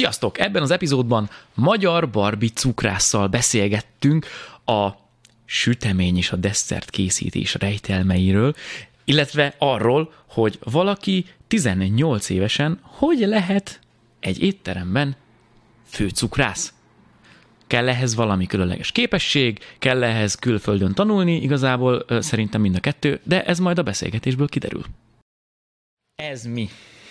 Sziasztok! Ebben az epizódban Magyar Barbie cukrásszal beszélgettünk a sütemény és a desszert készítés rejtelmeiről, illetve arról, hogy valaki 18 évesen hogy lehet egy étteremben főcukrász. Kell ehhez valami különleges képesség, kell ehhez külföldön tanulni, igazából szerintem mind a kettő, de ez majd a beszélgetésből kiderül. Ez mi?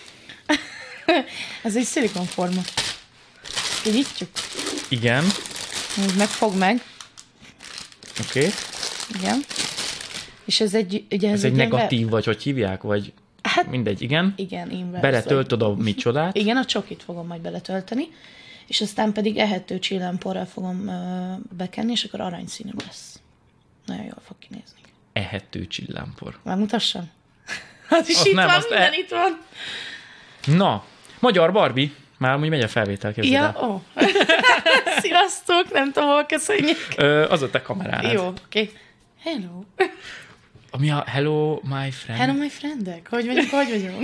Ez egy szilikonforma. Kinyitjuk? Igen. Megfog meg. Oké. Okay. Igen. És ez egy... Ugye ez egy negatív, vagy hogy hívják? Vagy hát, mindegy, igen. Igen, inverse. Beletöltöd a micsodát. Igen, a csokit fogom majd beletölteni, és aztán pedig ehető csillámporral fogom bekenni, és akkor aranyszínű lesz. Nagyon jól fog kinézni. Ehető csillámpor. Megmutassam? Az is itt van, minden itt van. Na, Magyar Barbie. Már amúgy megy a felvétel, képzeld el. Ja, ó. Sziasztok, nem tudom, hol köszönjük. Az a te kamerád. Jó, oké. Okay. Hello. Ami a hello, my friend. Hello, my friendek. Hogy vagyunk?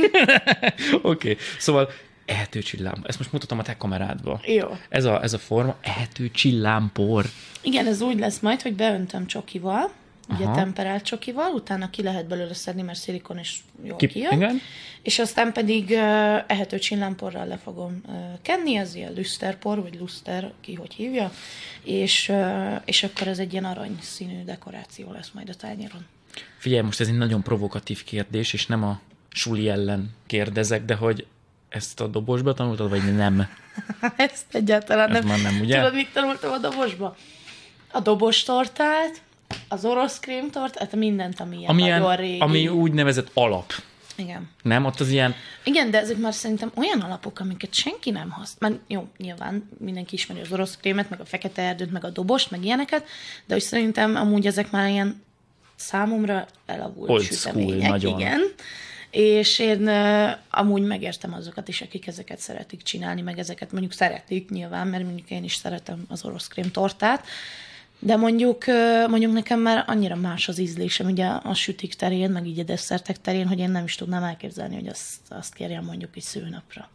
Oké, szóval ehető csillámpor. Ezt most mutatom a te kamerádba. Jó. Ez a forma, ehető csillámpor. Igen, ez úgy lesz majd, hogy beöntöm csokival, ugye temperált csokival, utána ki lehet belőle szedni, mert szilikon is jól kijön. Igen. És aztán pedig ehető csillámporral le fogom kenni, ez ilyen lüszterpor, vagy luszter, ki hogy hívja, és akkor ez egy ilyen aranyszínű dekoráció lesz majd a tányéron. Figyelj, most ez egy nagyon provokatív kérdés, és nem a suli ellen kérdezek, de hogy ezt a dobosba tanultad, vagy nem? Ezt egyáltalán ez nem. Nem, ugye? Tudod, mit tanultam a dobosba? A dobostortát, az orosz krémtortát, mindent, ami ilyen nagyon régi. Ami úgynevezett alap. Igen. Nem? Ott az ilyen... Igen, de ezek már szerintem olyan alapok, amiket senki nem használ. Már jó, nyilván mindenki ismeri az orosz krémet, meg a fekete erdőt, meg a dobost, meg ilyeneket, de hogy szerintem amúgy ezek már ilyen számomra elavult old sütemények. School, nagyon. Igen. És én amúgy megértem azokat is, akik ezeket szeretik csinálni, meg ezeket mondjuk szeretik nyilván, mert mondjuk én is szeretem az orosz krémtortát, de mondjuk nekem már annyira más az ízlésem ugye a sütik terén, meg így a desszertek terén, hogy én nem is tudnám elképzelni, hogy azt kérjem mondjuk egy szülőnapra.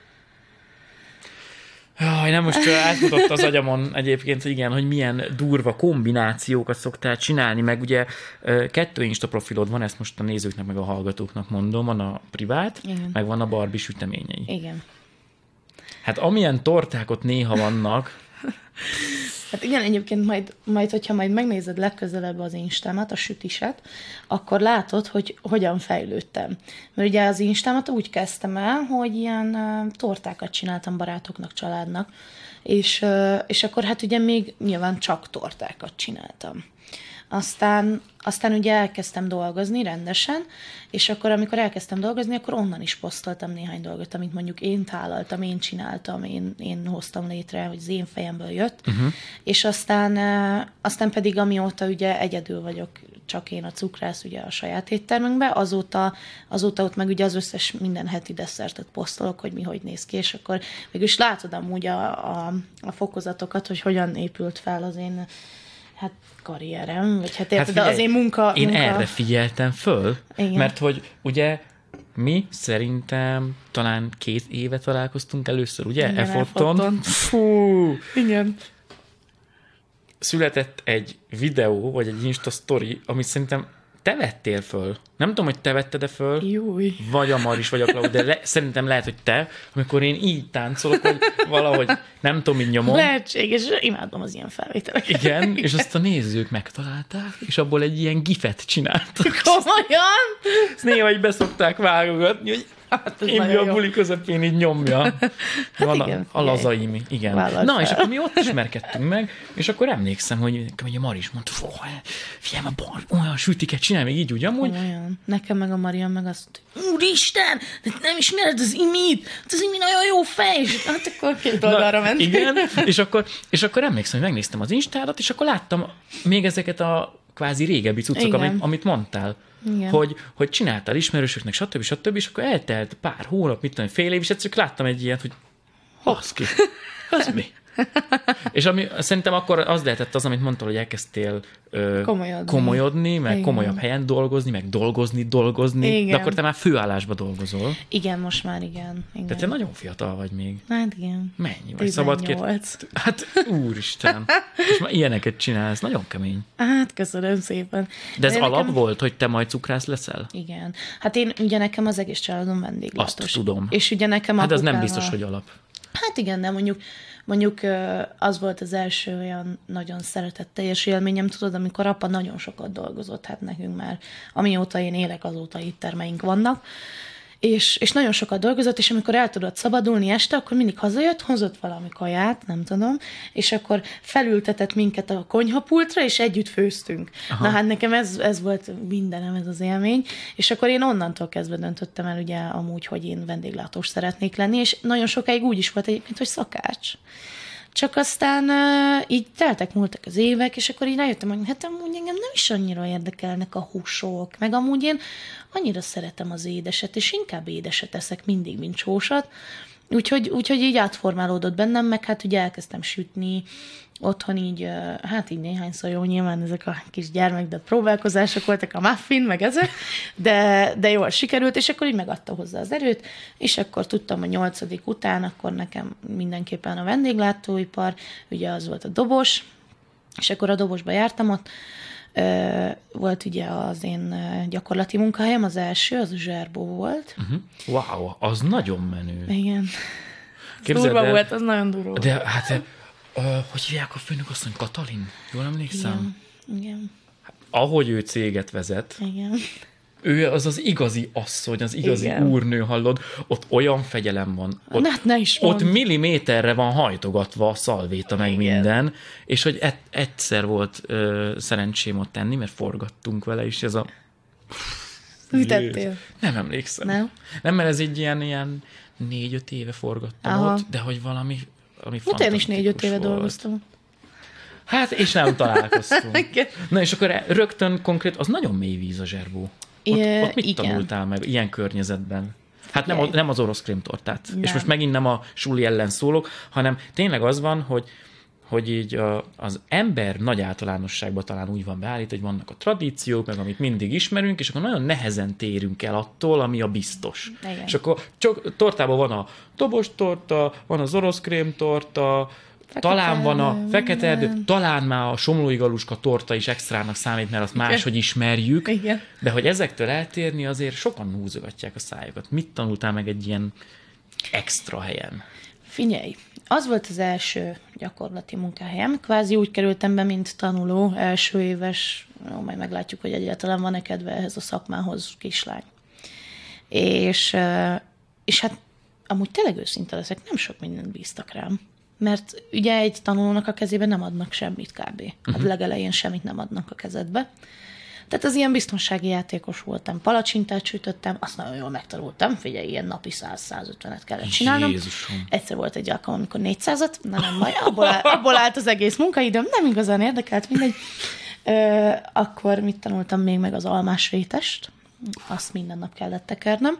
Jaj, nem most átmutott az agyamon egyébként, hogy igen, hogy milyen durva kombinációkat szoktál csinálni, meg ugye 2 Insta profilod van, ezt most a nézőknek meg a hallgatóknak mondom, van a privát, igen. Meg van a Barbie süteményei. Igen. Hát amilyen torták ott néha vannak. Hát igen, egyébként majd, hogyha majd megnézed legközelebb az Instámat, a sütiset, akkor látod, hogy hogyan fejlődtem. Mert ugye az Instámat úgy kezdtem el, hogy ilyen tortákat csináltam barátoknak, családnak, és akkor hát ugye még nyilván csak tortákat csináltam. Aztán ugye elkezdtem dolgozni rendesen, és akkor, amikor elkezdtem dolgozni, akkor onnan is posztoltam néhány dolgot, amit mondjuk én tálaltam, én csináltam, én hoztam létre, hogy az én fejemből jött, és aztán pedig amióta ugye egyedül vagyok, csak én a cukrász ugye a saját éttermünkben, azóta ott meg ugye az összes minden heti desszertet posztolok, hogy mi hogy néz ki, és akkor mégis látod amúgy a fokozatokat, hogy hogyan épült fel az én karrierem, vagy hát érted, de az én munka... Én erre figyeltem föl, igen. Mert hogy ugye mi szerintem talán 2 éve találkoztunk először, ugye? Igen, Efforton. Fú! Igen. Született egy videó, vagy egy Insta story, amit szerintem te vettél föl. Nem tudom, hogy te vetted-e föl, Júj. vagy a Maris, vagy a Klau, de szerintem lehet, hogy te, amikor én így táncolok, hogy valahogy nem tudom, így nyomom. Lehetséges, imádom az ilyen felvételeket. Igen, és azt a nézők megtalálták, és abból egy ilyen gifet csináltak. Komolyan? Ezt néha így beszokták válogatni, hogy én a buli közepén így nyomja. Hát van igen, a lazaimi. Igen. Na, és akkor mi ott ismerkedtünk meg, és akkor emlékszem, hogy a Maris mondta, figyelj, olyan sütiket csinálj, még így úgy amúgy. Olyan. Nekem meg a Marian meg azt mondta, úristen, de nem ismered az Imit? Az Imi nagyon jó fej, és hát akkor 2 oldalra ment. Igen, és akkor emlékszem, hogy megnéztem az Instádat, és akkor láttam még ezeket a kvázi régebbi cuccok, amit mondtál. Hogy csináltál ismerősöknek, stb. És akkor eltelt pár hónap, mit tudom, fél év, és egyszer láttam egy ilyet, hogy baszki, az mi? És ami szerintem akkor az lehetett az, amit mondtál, hogy elkezdtél komolyodni, meg komolyabb helyen dolgozni, meg dolgozni, igen. De akkor te már főállásba dolgozol. Igen, most már igen. De te nagyon fiatal vagy még. Hát igen. Mennyi vagy? Szabad Hát úristen. És már ilyeneket csinálsz. Nagyon kemény. Hát köszönöm szépen. De ez alap volt, hogy te majd cukrász leszel? Igen. Hát én ugye nekem az egész családom vendéglátós. Azt tudom. És ugye nekem hát az nem biztos, hogy alap. Hát igen, de mondjuk az volt az első olyan nagyon szeretetteljes élményem, tudod, amikor apa nagyon sokat dolgozott, hát nekünk már, amióta én élek, azóta éttermeink vannak, és nagyon sokat dolgozott, és amikor el tudott szabadulni este, akkor mindig hazajött, hozott valami kaját, nem tudom, és akkor felültetett minket a konyhapultra, és együtt főztünk. Aha. Na hát nekem ez volt mindenem, ez az élmény, és akkor én onnantól kezdve döntöttem el ugye amúgy, hogy én vendéglátós szeretnék lenni, és nagyon sokáig úgy is volt egyébként, hogy szakács. Csak aztán így múltak az évek, és akkor így rájöttem, hogy hát amúgy engem nem is annyira érdekelnek a húsok, meg amúgy én annyira szeretem az édeset, és inkább édeset eszek mindig, mint sósat. Úgyhogy így átformálódott bennem, meg hát ugye elkezdtem sütni, otthon így, hát így néhányszor jó, nyilván ezek a kis gyermek, próbálkozások voltak, a muffin, meg ezek, de jól sikerült, és akkor így megadta hozzá az erőt, és akkor tudtam, hogy 8. után, akkor nekem mindenképpen a vendéglátóipar, ugye az volt a Dobos, és akkor a Dobosba jártam ott, volt ugye az én gyakorlati munkahelyem, az első, az a Zserbó volt. Wow, az nagyon menő. Igen. Durva volt, az nagyon durva. De hát, hogy hívják a főnök asszony, Katalin? Jól emlékszem? Igen. Ahogy ő céget vezet, igen. Ő az igazi asszony, az igazi igen. úrnő, hallod? Ott olyan fegyelem van. Ott, ne is mond. Ott milliméterre van hajtogatva a szalvéta, meg igen. minden, és hogy egyszer volt szerencsém ott tenni, mert forgattunk vele, és ez a... Ütettél? Nem emlékszem. Nem, mert ez egy ilyen 4-5 éve forgattam aha. ott, de hogy valami fantasztikus én is 4-5 éve dolgoztam. Hát, és nem találkoztunk. Na, és akkor rögtön konkrét, az nagyon mély víz a Zserbó. Ott mit igen. tanultál meg ilyen környezetben? Hát nem az orosz krémtortát. Nem. És most megint nem a suli ellen szólok, hanem tényleg az van, hogy így az ember nagy általánosságban talán úgy van beállít, hogy vannak a tradíciók, meg amit mindig ismerünk, és akkor nagyon nehezen térünk el attól, ami a biztos. Igen. És akkor csak tortában van a dobos torta, van az orosz krémtorta, talán van a fekete erdő, talán már a somlói galuska torta is extrának számít, mert azt máshogy ismerjük, igen. de hogy ezektől eltérni azért sokan húzogatják a szájukat. Mit tanultál meg egy ilyen extra helyen? Figyelj, az volt az első gyakorlati munkahelyem. Kvázi úgy kerültem be, mint tanuló, első éves, majd meglátjuk, hogy egyáltalán van-e kedve ehhez a szakmához, kislány. És hát amúgy tényleg őszinte leszek, nem sok mindent bíztak rám. Mert ugye egy tanulónak a kezében nem adnak semmit kb. Hát legelején semmit nem adnak a kezedbe. Tehát az ilyen biztonsági játékos voltam. Palacsintát sütöttem, azt nagyon jól megtanultam. Figyelj, ilyen napi 100-150-et kellett csinálnom. Jézusom. Egyszer volt egy alkalom, amikor 400-at, nem baj, abból állt az egész munkaidőm, nem igazán érdekelt, mindegy. Akkor mit tanultam még meg az almás rétest? Azt minden nap kellett tekernem.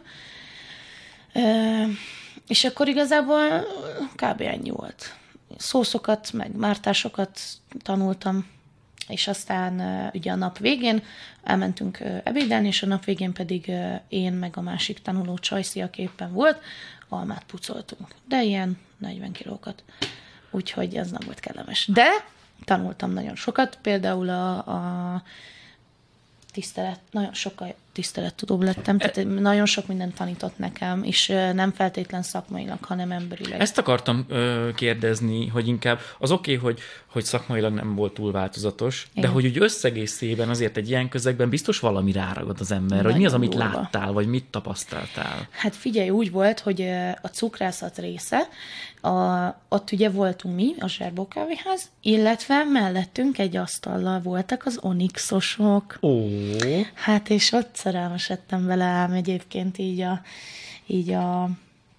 És akkor igazából kb. Ennyi volt. Szószokat, meg mártásokat tanultam, és aztán ugye a nap végén elmentünk ebédelni, és a nap végén pedig én meg a másik tanuló Csajci, aki éppen volt, almát pucoltunk. De ilyen 40 kilókat. Úgyhogy ez nem volt kellemes. De tanultam nagyon sokat, például a tisztelet, nagyon sokkal tisztelettudóbb lettem, tehát nagyon sok mindent tanított nekem, és nem feltétlen szakmailag, hanem emberileg. Ezt akartam kérdezni, hogy inkább az oké, hogy szakmailag nem volt túl változatos, igen. de hogy úgy összegészében azért egy ilyen közegben biztos valami ráragad az ember, hogy mi az, amit durva. Láttál, vagy mit tapasztaltál? Hát figyelj, úgy volt, hogy a cukrászat része, ott ugye voltunk mi, a Zserbó kávéház, illetve mellettünk egy asztallal voltak az Onyxosok. Ó. Hát és ott szerelmesedtem vele ám egyébként így a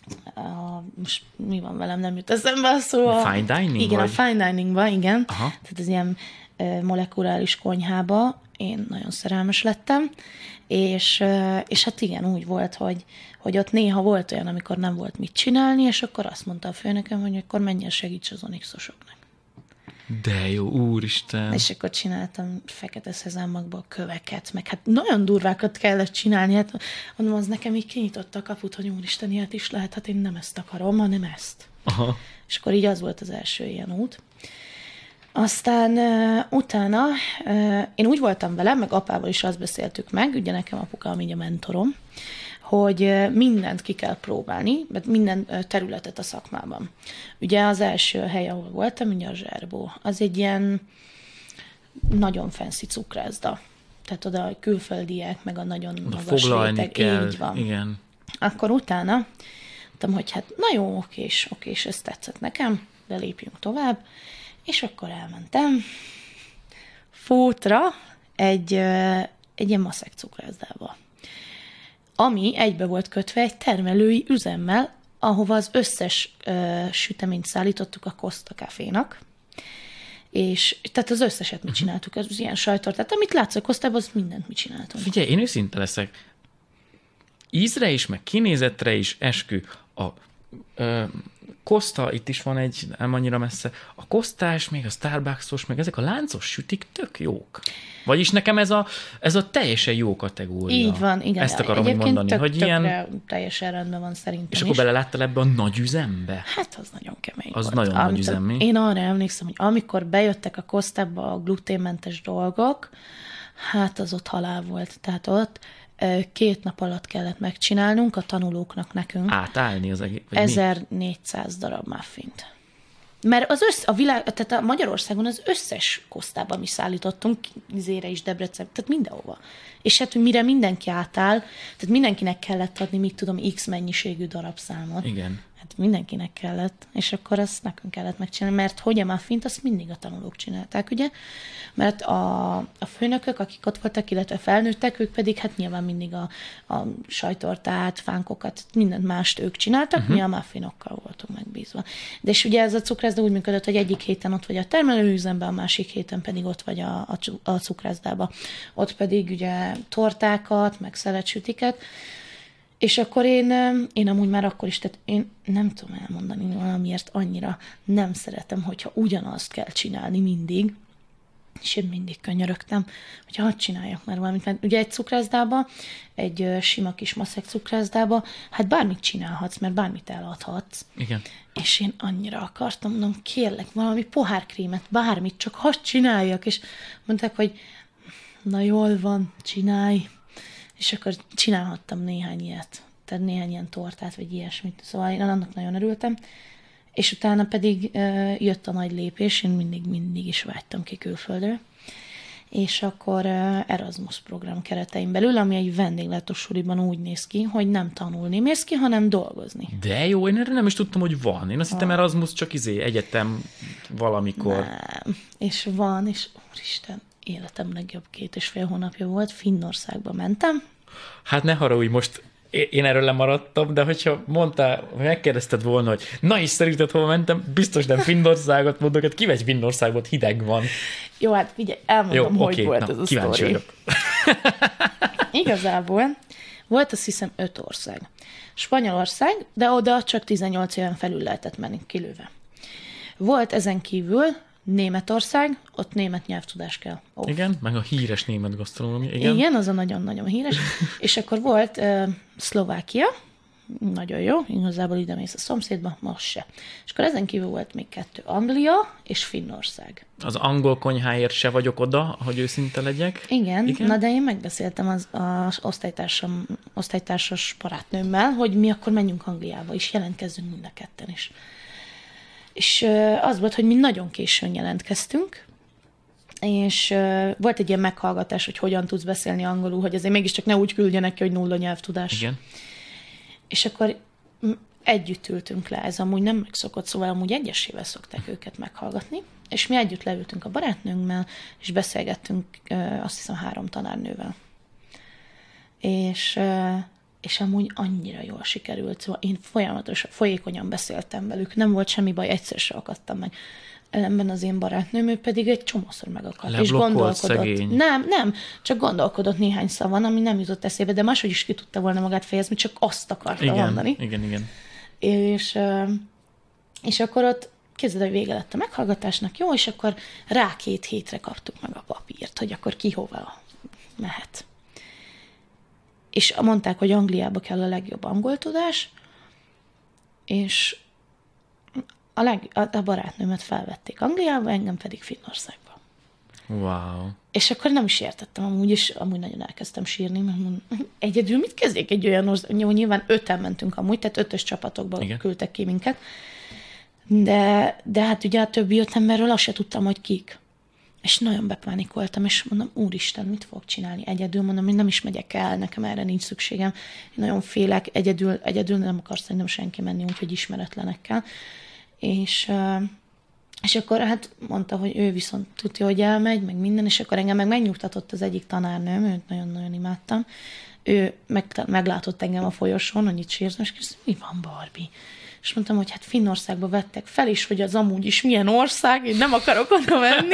most mi van velem, nem jut eszembe a szó. A fine dining? Igen, vagy? a fine diningba, igen. Aha. Tehát az ilyen molekuláris konyhába én nagyon szerelmes lettem, és hát igen, úgy volt, hogy ott néha volt olyan, amikor nem volt mit csinálni, és akkor azt mondta a főnököm, hogy akkor menjen segíts az onyxosoknak. De jó, úristen. És akkor csináltam fekete szezámmakból köveket, meg hát nagyon durvákat kellett csinálni, hát mondom, az nekem így kinyitotta a kaput, hogy úristen, ilyet is lehet, hát én nem ezt akarom, hanem ezt. Aha. És akkor így az volt az első ilyen út. Aztán utána én úgy voltam vele, meg apával is azt beszéltük meg, ugye nekem apukám így a mentorom, hogy mindent ki kell próbálni, mert minden területet a szakmában. Ugye az első hely, ahol voltam, ugye a Zserbó, az egy ilyen nagyon fancy cukrászda. Tehát oda a külföldiek, meg a nagyon magas réteg. Kell. Így van. Igen. Akkor utána mondtam, hogy hát na jó, oké, ez tetszett nekem, de lépjünk tovább. És akkor elmentem fótra egy ilyen maszek cukrászdába, ami egybe volt kötve egy termelői üzemmel, ahova az összes süteményt szállítottuk a Costa Cafénak, és tehát az összeset mi csináltuk, az ilyen sajtortát, amit látsz a Costában, az mindent mi csináltunk. Figyelj, én őszinte leszek. Ízre is, meg kinézetre is eskü. A Costa, itt is van egy, nem annyira messze, a Costás, még a Starbucksos, meg ezek a láncos sütik tök jók. Vagyis nekem ez a teljesen jó kategória. Így van, igen. Ezt akarom így mondani, hogy ilyen... teljesen rendben van szerintem. És akkor beleláttál ebbe a nagy üzembe? Hát az nagyon kemény az volt. Nagyon nagy üzem, mi? Én arra emlékszem, hogy amikor bejöttek a Costába a gluténmentes dolgok, hát az ott halál volt. Tehát ott 2 nap alatt kellett megcsinálnunk a tanulóknak nekünk. Átállni az egész? 1400 darab muffint. Mert a világ, tehát a Magyarországon az összes Costában mi szállítottunk, Izére is, Debrecen, tehát mindenhova. És hát, hogy mire mindenki átáll, tehát mindenkinek kellett adni, mit tudom, X mennyiségű darabszámot. Igen. Hát mindenkinek kellett, és akkor azt nekünk kellett megcsinálni, mert hogy a muffint, azt mindig a tanulók csinálták, ugye? Mert a főnökök, akik ott voltak, illetve felnőttek, ők pedig hát nyilván mindig a sajtortát, fánkokat, mindent mást ők csináltak, mi a muffinokkal voltunk megbízva. De és ugye ez a cukrászda úgy működött, hogy egyik héten ott vagy a termelőüzemben, a másik héten pedig ott vagy a cukrászdában. Ott pedig ugye tortákat, meg szeletsütiket. És akkor én amúgy már akkor is, tehát én nem tudom elmondani valamiért annyira nem szeretem, hogyha ugyanazt kell csinálni mindig, és én mindig könyörögtem, hogyha hadd csináljak már valamit. Mert ugye egy cukrászdába, egy sima kis maszek cukrászdába, hát bármit csinálhatsz, mert bármit eladhatsz. Igen. És én annyira akartam, mondom, kérlek, valami pohárkrémet, bármit, csak hadd csináljak. És mondták, hogy na jól van, csinálj. És akkor csinálhattam néhány ilyet, tehát néhány ilyen tortát, vagy ilyesmit. Szóval én annak nagyon örültem. És utána pedig jött a nagy lépés, én mindig is vágytam ki külföldre. És akkor Erasmus program keretein belül, ami egy vendéglátós suliban úgy néz ki, hogy nem tanulni mész ki, hanem dolgozni. De jó, én erről nem is tudtam, hogy van. Én azt hittem Erasmus csak egyetem valamikor. Nem. És van, és úristen, életem legjobb 2,5 hónapja volt, Finnországba mentem. Hát ne haragudj, most én erről lemaradtam, de hogyha mondtál, megkérdezted volna, hogy na és szerinted hova mentem, biztos nem Finnországot mondok, hát kivegy Finnországot, hideg van. Jó, hát figyelj, elmondom, jó, hogy volt ez a kíváncsi sztori. vagyok. Igazából volt azt hiszem 5 ország. Spanyolország, de oda csak 18 éven felül lehetett menni kilőve. Volt ezen kívül Németország, ott német nyelvtudás kell. Igen, meg a híres német gasztronómia. Igen, az a nagyon-nagyon híres. És akkor volt Szlovákia, nagyon jó, igazából ide mész a szomszédba, most se. És akkor ezen kívül volt még 2, Anglia és Finnország. Az angol konyháért se vagyok oda, hogy őszinte legyek. Igen, na de én megbeszéltem az osztálytársas barátnőmmel, hogy mi akkor menjünk Angliába, és jelentkezzünk mind a ketten is. És az volt, hogy mi nagyon későn jelentkeztünk, és volt egy ilyen meghallgatás, hogy hogyan tudsz beszélni angolul, hogy azért mégiscsak ne úgy küldjenek ki, hogy 0 nyelvtudás. Igen. És akkor együtt ültünk le, ez amúgy nem megszokott, szóval amúgy egyesével szokták őket meghallgatni, és mi együtt leültünk a barátnőnkkel, és beszélgettünk azt hiszem 3 tanárnővel. És és amúgy annyira jól sikerült. Szóval én folyamatosan, folyékonyan beszéltem velük, nem volt semmi baj, egyszer se akadtam meg. Ellenben az én barátnőm, ő pedig egy csomószor megakadt. És gondolkodott. Szegény. Nem, csak gondolkodott néhány szavon, ami nem jutott eszébe, de máshogy is ki tudta volna magát fejezni, csak azt akarta mondani. Igen. És akkor ott képzeld, hogy vége lett a meghallgatásnak, jó, és akkor rá 2 hétre kaptuk meg a papírt, hogy akkor ki hova mehet. És mondták, hogy Angliába kell a legjobb angol tudás, és a barátnőmet felvették Angliába, engem pedig Finnországba. Wow. És akkor nem is értettem amúgy, és amúgy nagyon elkezdtem sírni, mert mondom, egyedül mit kezdjék egy olyan ország? Nyilván 5-en mentünk amúgy, tehát 5-ös csapatokba küldtek ki minket. De hát ugye a többi 5 emberről azt se tudtam, hogy kik. És nagyon bepánikoltam, és mondom, úristen, mit fogok csinálni egyedül? Mondom, én nem is megyek el, nekem erre nincs szükségem. Én nagyon félek, egyedül nem akarsz szerintem senki menni, úgyhogy ismeretlenekkel. És akkor hát mondta, hogy ő viszont tudja, hogy elmegy, meg minden, és akkor engem meg megnyugtatott az egyik tanárnőm, őt nagyon-nagyon imádtam. Ő meglátott engem a folyosón, hogy itt sírtam, és kérdezte, mi van, Barbie? És mondtam, hogy hát Finnországba vettek fel is, hogy az amúgy is milyen ország, én nem akarok oda menni.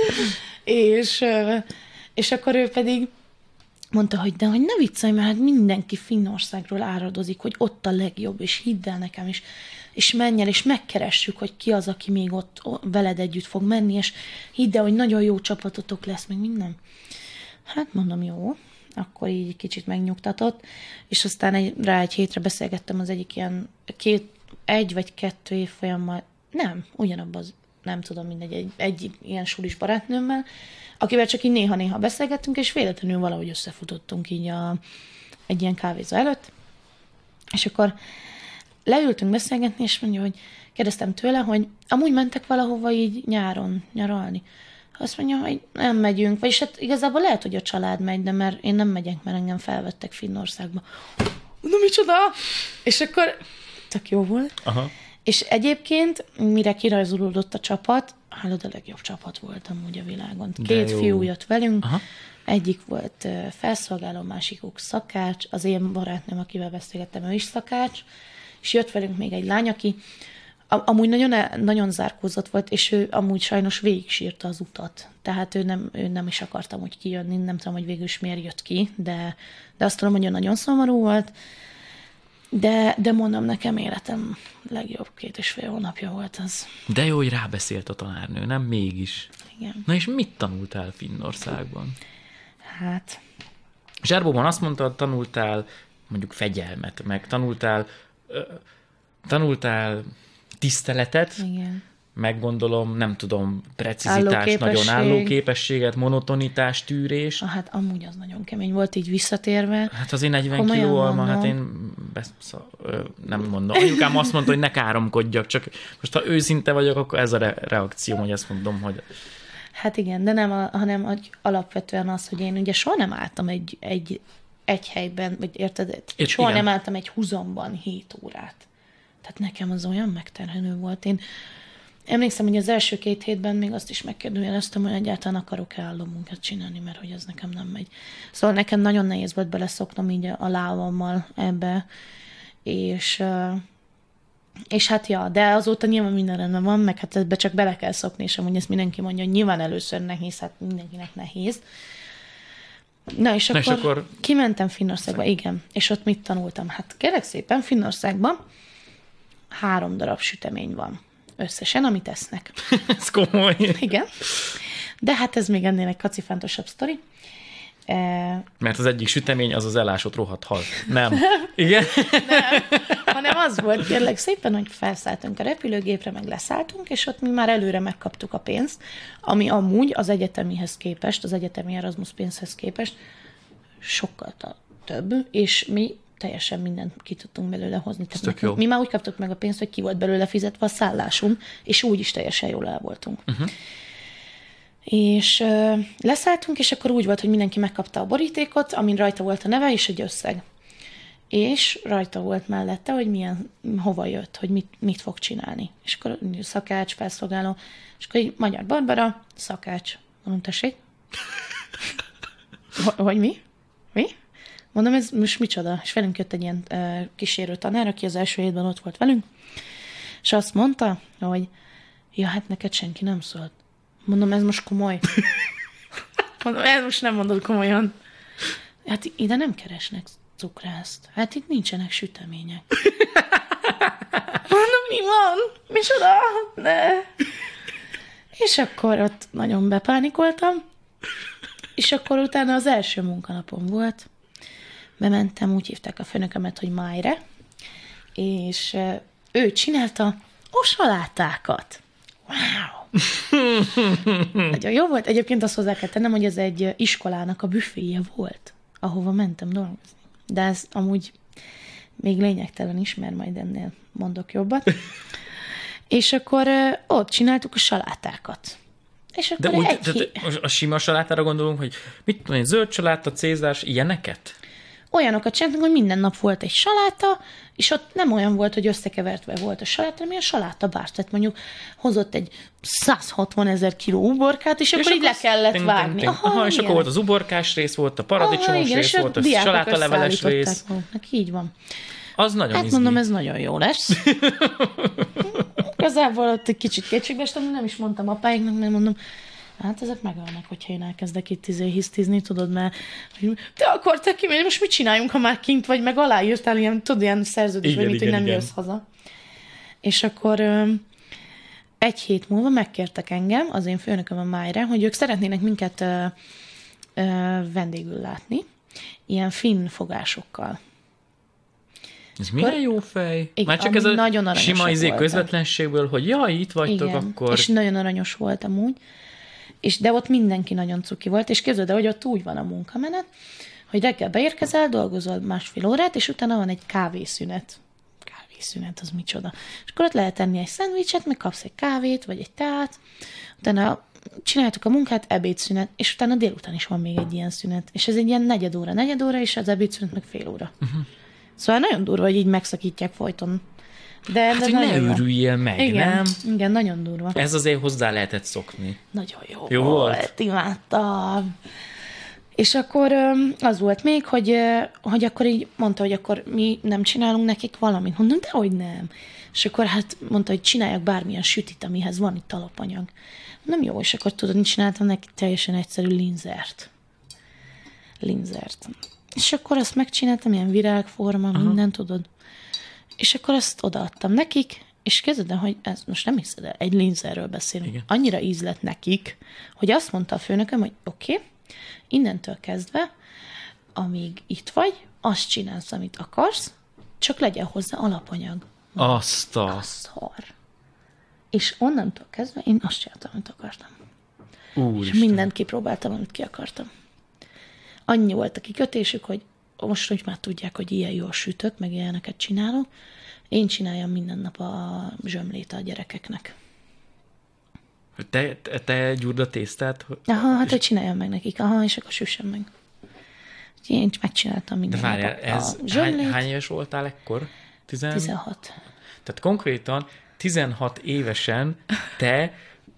és akkor ő pedig mondta, hogy de hogy ne viccelj, mert hát mindenki Finnországról áradozik, hogy ott a legjobb, és hidd el nekem is. És menj el, és megkeressük, hogy ki az, aki még ott veled együtt fog menni, és hidd el, hogy nagyon jó csapatotok lesz, meg minden. Hát mondom, jó. Akkor így kicsit megnyugtatott, és aztán rá 1 hétre beszélgettem az egyik ilyen 1 vagy 2 évfolyammal, nem, ugyanabban az, nem tudom, mindegy, egy ilyen sulis barátnőmmel, akivel csak így néha-néha beszélgettünk, és véletlenül valahogy összefutottunk így egy ilyen kávézó előtt, és akkor leültünk beszélgetni, és mondja, hogy kérdeztem tőle, hogy amúgy mentek valahova így nyáron nyaralni. Azt mondja, hogy nem megyünk, vagyis hát igazából lehet, hogy a család megy, de mert én nem megyek, mert engem felvettek Finnországba. Na micsoda? És akkor tök jó volt. Aha. És egyébként, mire kirajzolódott a csapat, hallod, a legjobb csapat volt amúgy a világon. 2 fiú jött velünk, aha. Egyik volt felszolgáló, másikuk szakács, az én barátnőm, akivel beszélgettem, ő is szakács, és jött velünk még egy lány, aki amúgy nagyon zárkózott volt, és ő amúgy sajnos végig sírta az utat. Tehát ő nem is akarta úgy kijönni, nem tudom, hogy végül is miért jött ki, de azt tudom, hogy nagyon szomorú volt. De mondom, nekem életem legjobb 2,5 hónapja volt az. De jó, hogy rábeszélt a tanárnő, nem mégis? Igen. Na és mit tanultál Finnországban? Hát... Zsárbóban azt mondtad, tanultál mondjuk fegyelmet, meg tanultál tiszteletet, igen. Meggondolom, nem tudom, precizitást, nagyon állóképességet, monotonitás, tűrés. Hát amúgy az nagyon kemény volt így visszatérve. Hát az én 40 kiló alma, hát én nem mondom. Anyukám azt mondta, hogy ne káromkodjak, csak most ha őszinte vagyok, akkor ez a reakció, hogy azt mondom, hogy... Hát igen, de nem, hanem alapvetően az, hogy én ugye soha nem álltam egy helyben, vagy érted? Soha nem álltam egy húzomban 7 órát. Tehát nekem az olyan megterhelő volt. Én emlékszem, hogy az első 2 hétben még azt is megkérdőjeleztem, hogy egyáltalán akarok-e állómunkát csinálni, mert hogy ez nekem nem megy. Szóval nekem nagyon nehéz volt beleszoknom így a lábammal ebbe, és hát ja, de azóta nyilván minden rendben van, meg hát ebbe csak bele kell szokni, és amúgy ezt mindenki mondja, hogy nyilván először nehéz, hát mindenkinek nehéz. Na és akkor kimentem Finnországba, igen, és ott mit tanultam? Hát kérlek szépen, Finnországban 3 darab sütemény van összesen, amit esznek. Ez komoly. Igen. De hát ez még ennél egy kacifántosabb sztori. Mert az egyik sütemény az elásott rohadt hal. Nem. Igen? Nem, hanem az volt, kérlek szépen, hogy felszálltunk a repülőgépre, meg leszálltunk, és ott mi már előre megkaptuk a pénzt, ami amúgy az egyetemihez képest, az egyetemi Erasmus pénzhez képest sokkal több, és mi teljesen mindent ki tudtunk belőle hozni. Tehát mi már úgy kaptuk meg a pénzt, hogy ki volt belőle fizetve a szállásunk, és úgy is teljesen jól el voltunk. Uh-huh. És leszálltunk, és akkor úgy volt, hogy mindenki megkapta a borítékot, amin rajta volt a neve és egy összeg. És rajta volt mellette, hogy hova jött, hogy mit fog csinálni. És akkor szakács, felszolgáló, és akkor így Magyar Barbara, szakács. Mondom, tessék? Hogy mi? Mi? Mondom, ez most micsoda? És velünk jött egy ilyen kísérő tanár, aki az első hétben ott volt velünk, és azt mondta, hogy ja, hát neked senki nem szólt. Mondom, ez most komoly. Mondom, ez most nem mondod komolyan. Hát ide nem keresnek cukrászt. Hát itt nincsenek sütemények. Mondom, mi van? Micsoda? De... És akkor ott nagyon bepánikoltam, és akkor utána az első munkanapom volt. Bementem, úgy hívták a főnökömet, hogy Májre, és ő csinálta a salátákat. Wow! Nagyon jó volt. Egyébként azt hozzá kell tennem, hogy ez egy iskolának a büféje volt, ahova mentem dolgozni. De ez amúgy még lényegtelen is, mert majd ennél mondok jobbat. És akkor ott csináltuk a salátákat. És akkor de úgy, a sima salátára gondolunk, hogy mit tudom én, zöld saláta, cézás, ilyeneket? Olyanokat csináltunk, hogy minden nap volt egy saláta, és ott nem olyan volt, hogy összekevertve volt a saláta, hanem ilyen salátabárt. Tehát mondjuk hozott egy 160 000 kiló uborkát, és akkor így le kellett vágni. Aha, és akkor volt az uborkás rész, volt a paradicsomos rész, volt a salátaleveles rész. Így van. Az nagyon hát izgi. Mondom, ez nagyon jó lesz. Igazából ott egy kicsit kétségbe estem, nem is mondtam apáiknak, mert mondom, hát ezek megölnek, hogyha én elkezdek itt hisztizni, tudod, mert te akartál kimenni, most mit csináljunk, ha már kint vagy, meg aláírtál ilyen, tudod, ilyen szerződés, vagy mit, hogy nem jössz haza. És akkor egy hét múlva megkértek engem, az én főnököm a Májra, hogy ők szeretnének minket vendégül látni, ilyen finn fogásokkal. Ez milyen jó fej. Igen, már csak ez a sima közvetlenségből, hogy jaj, itt vagytok, igen, akkor... és nagyon aranyos volt amúgy. De ott mindenki nagyon cuki volt, és képzeld el, hogy ott úgy van a munkamenet, hogy reggel beérkezel, dolgozol 1,5 órát, és utána van egy kávészünet. Kávészünet, az micsoda. És akkor ott lehet tenni egy szendvicset, meg kapsz egy kávét, vagy egy teát, utána csináltuk a munkát, ebédszünet, és utána délután is van még egy ilyen szünet. És ez egy ilyen negyed óra, és az ebédszünet meg fél óra. Uh-huh. Szóval nagyon durva, hogy így megszakítják folyton. De hogy ne őrüljél meg, igen, nem? Igen, nagyon durva. Ez azért hozzá lehetett szokni. Nagyon jó volt. Imádtam. És akkor az volt még, hogy akkor így mondta, hogy akkor mi nem csinálunk nekik valamit. Mondom, de hogy nem. És akkor hát mondta, hogy csináljak bármilyen sütit, amihez van itt alapanyag. Nem jó, és akkor tudod, csináltam neki teljesen egyszerű linzert. És akkor azt megcsináltam, ilyen virágforma, minden, tudod. És akkor azt odaadtam nekik, és kezdődöm, hogy ez most nem hiszed el, egy linzerről beszélünk. Igen. Annyira íz lett nekik, hogy azt mondta a főnököm, hogy oké, innentől kezdve, amíg itt vagy, azt csinálsz, amit akarsz, csak legyen hozzá alapanyag. Azt a szar. És onnantól kezdve én azt csináltam, amit akartam. Úristen. És mindent kipróbáltam, amit ki akartam. Annyi volt a kikötésük, hogy most, hogy már tudják, hogy ilyen jól sütök, meg ilyeneket csinálok, én csináljam minden nap a zsömlét a gyerekeknek. Te gyúrd a tésztát? Aha, hát hogy csináljam meg nekik. Aha, és akkor süssem meg. Én megcsináltam minden nap ez hány éves voltál ekkor? 16. Tehát konkrétan 16 évesen te...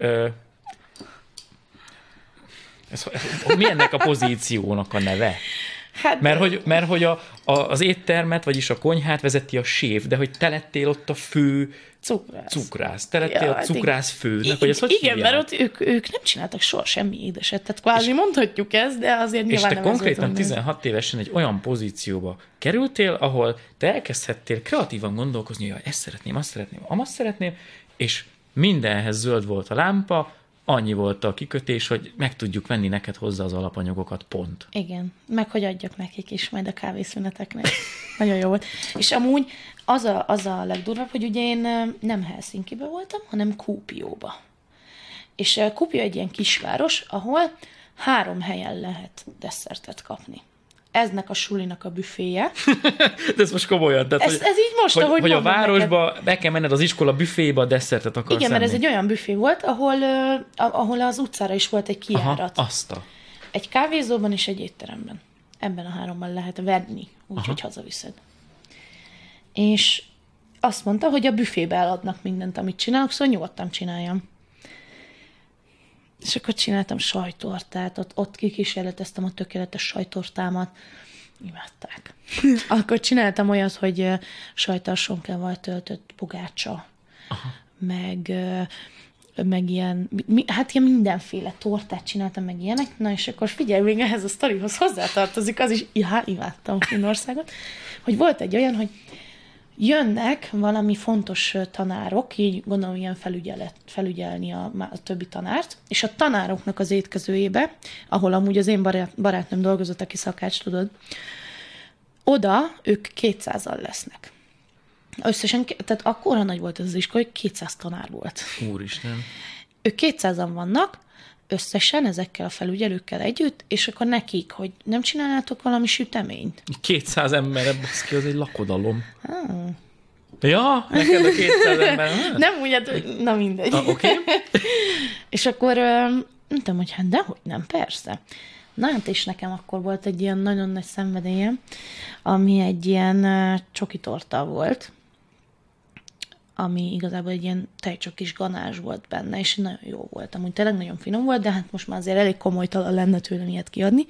mi ennek a pozíciónak a neve? Hát, mert hogy az éttermet, vagyis a konyhát vezeti a séf, de hogy te lettél ott a fő cukrász. Te lettél a cukrász főnek, hogy ez hogy igen, hívják? Mert ott ők nem csináltak soha semmi édeset, tehát kvázi mondhatjuk ezt, de azért nyilván nem. És te konkrétan 16 évesen egy olyan pozícióba kerültél, ahol te elkezdhettél kreatívan gondolkozni, hogy ezt szeretném, azt szeretném, amazt szeretném, és mindenhez zöld volt a lámpa, annyi volt a kikötés, hogy meg tudjuk venni neked hozzá az alapanyagokat, pont. Igen, meg hogy adjak nekik is majd a kávészüneteknek. Nagyon jó volt. És amúgy az a legdurvább, hogy ugye én nem Helsinkibe voltam, hanem Kuopióba. És Kuopio egy ilyen kisváros, ahol 3 helyen lehet desszertet kapni. Eznek a sulinak a büféje. De ez most komolyan. Tehát, ez így most, ahogy hogy a városba neked... be kell menned az iskola büfébe, a desszertet akarsz. Igen, mert ez egy olyan büfé volt, ahol az utcára is volt egy kijárat. Aha, egy kávézóban és egy étteremben. Ebben a 3-ban lehet venni, úgyhogy hazaviszed. És azt mondta, hogy a büfébe eladnak mindent, amit csinálok, szóval nyugodtan csináljam. És akkor csináltam sajtortát, ott kikísérleteztem a tökéletes sajtortámat, imádták. Akkor csináltam olyat, hogy sajttarsonkával töltött pogácsa, meg ilyen, hát ilyen mindenféle tortát csináltam, meg ilyenek. Na és akkor figyelj, még ehhez a sztorihoz hozzátartozik, az is, imádtam Finnországot, hogy volt egy olyan, hogy jönnek valami fontos tanárok, így gondolom ilyen felügyelni a többi tanárt, és a tanároknak az étkezőjébe, ahol amúgy az én barátnőm dolgozott, aki szakács, tudod, oda ők 200-al lesznek. Összesen, tehát akkora nagy volt ez az iskola, hogy 200 tanár volt. Úristen. Ők 200-an vannak, összesen ezekkel a felügyelőkkel együtt, és akkor nekik, hogy nem csinálnátok valami süteményt? 200 emberre, baszki, az egy lakodalom. Ja, neked a 200 ember. Nem úgy, hát, na mindegy. Oké. És akkor mondtam, hogy hát dehogy nem, persze. Na hát és nekem akkor volt egy ilyen nagyon nagy szenvedélyem, ami egy ilyen csoki torta volt, ami igazából egy ilyen tejcsokis ganázs volt benne, és nagyon jó volt. Amúgy tényleg nagyon finom volt, de hát most már azért elég komolytalan lenne tőlem ilyet kiadni.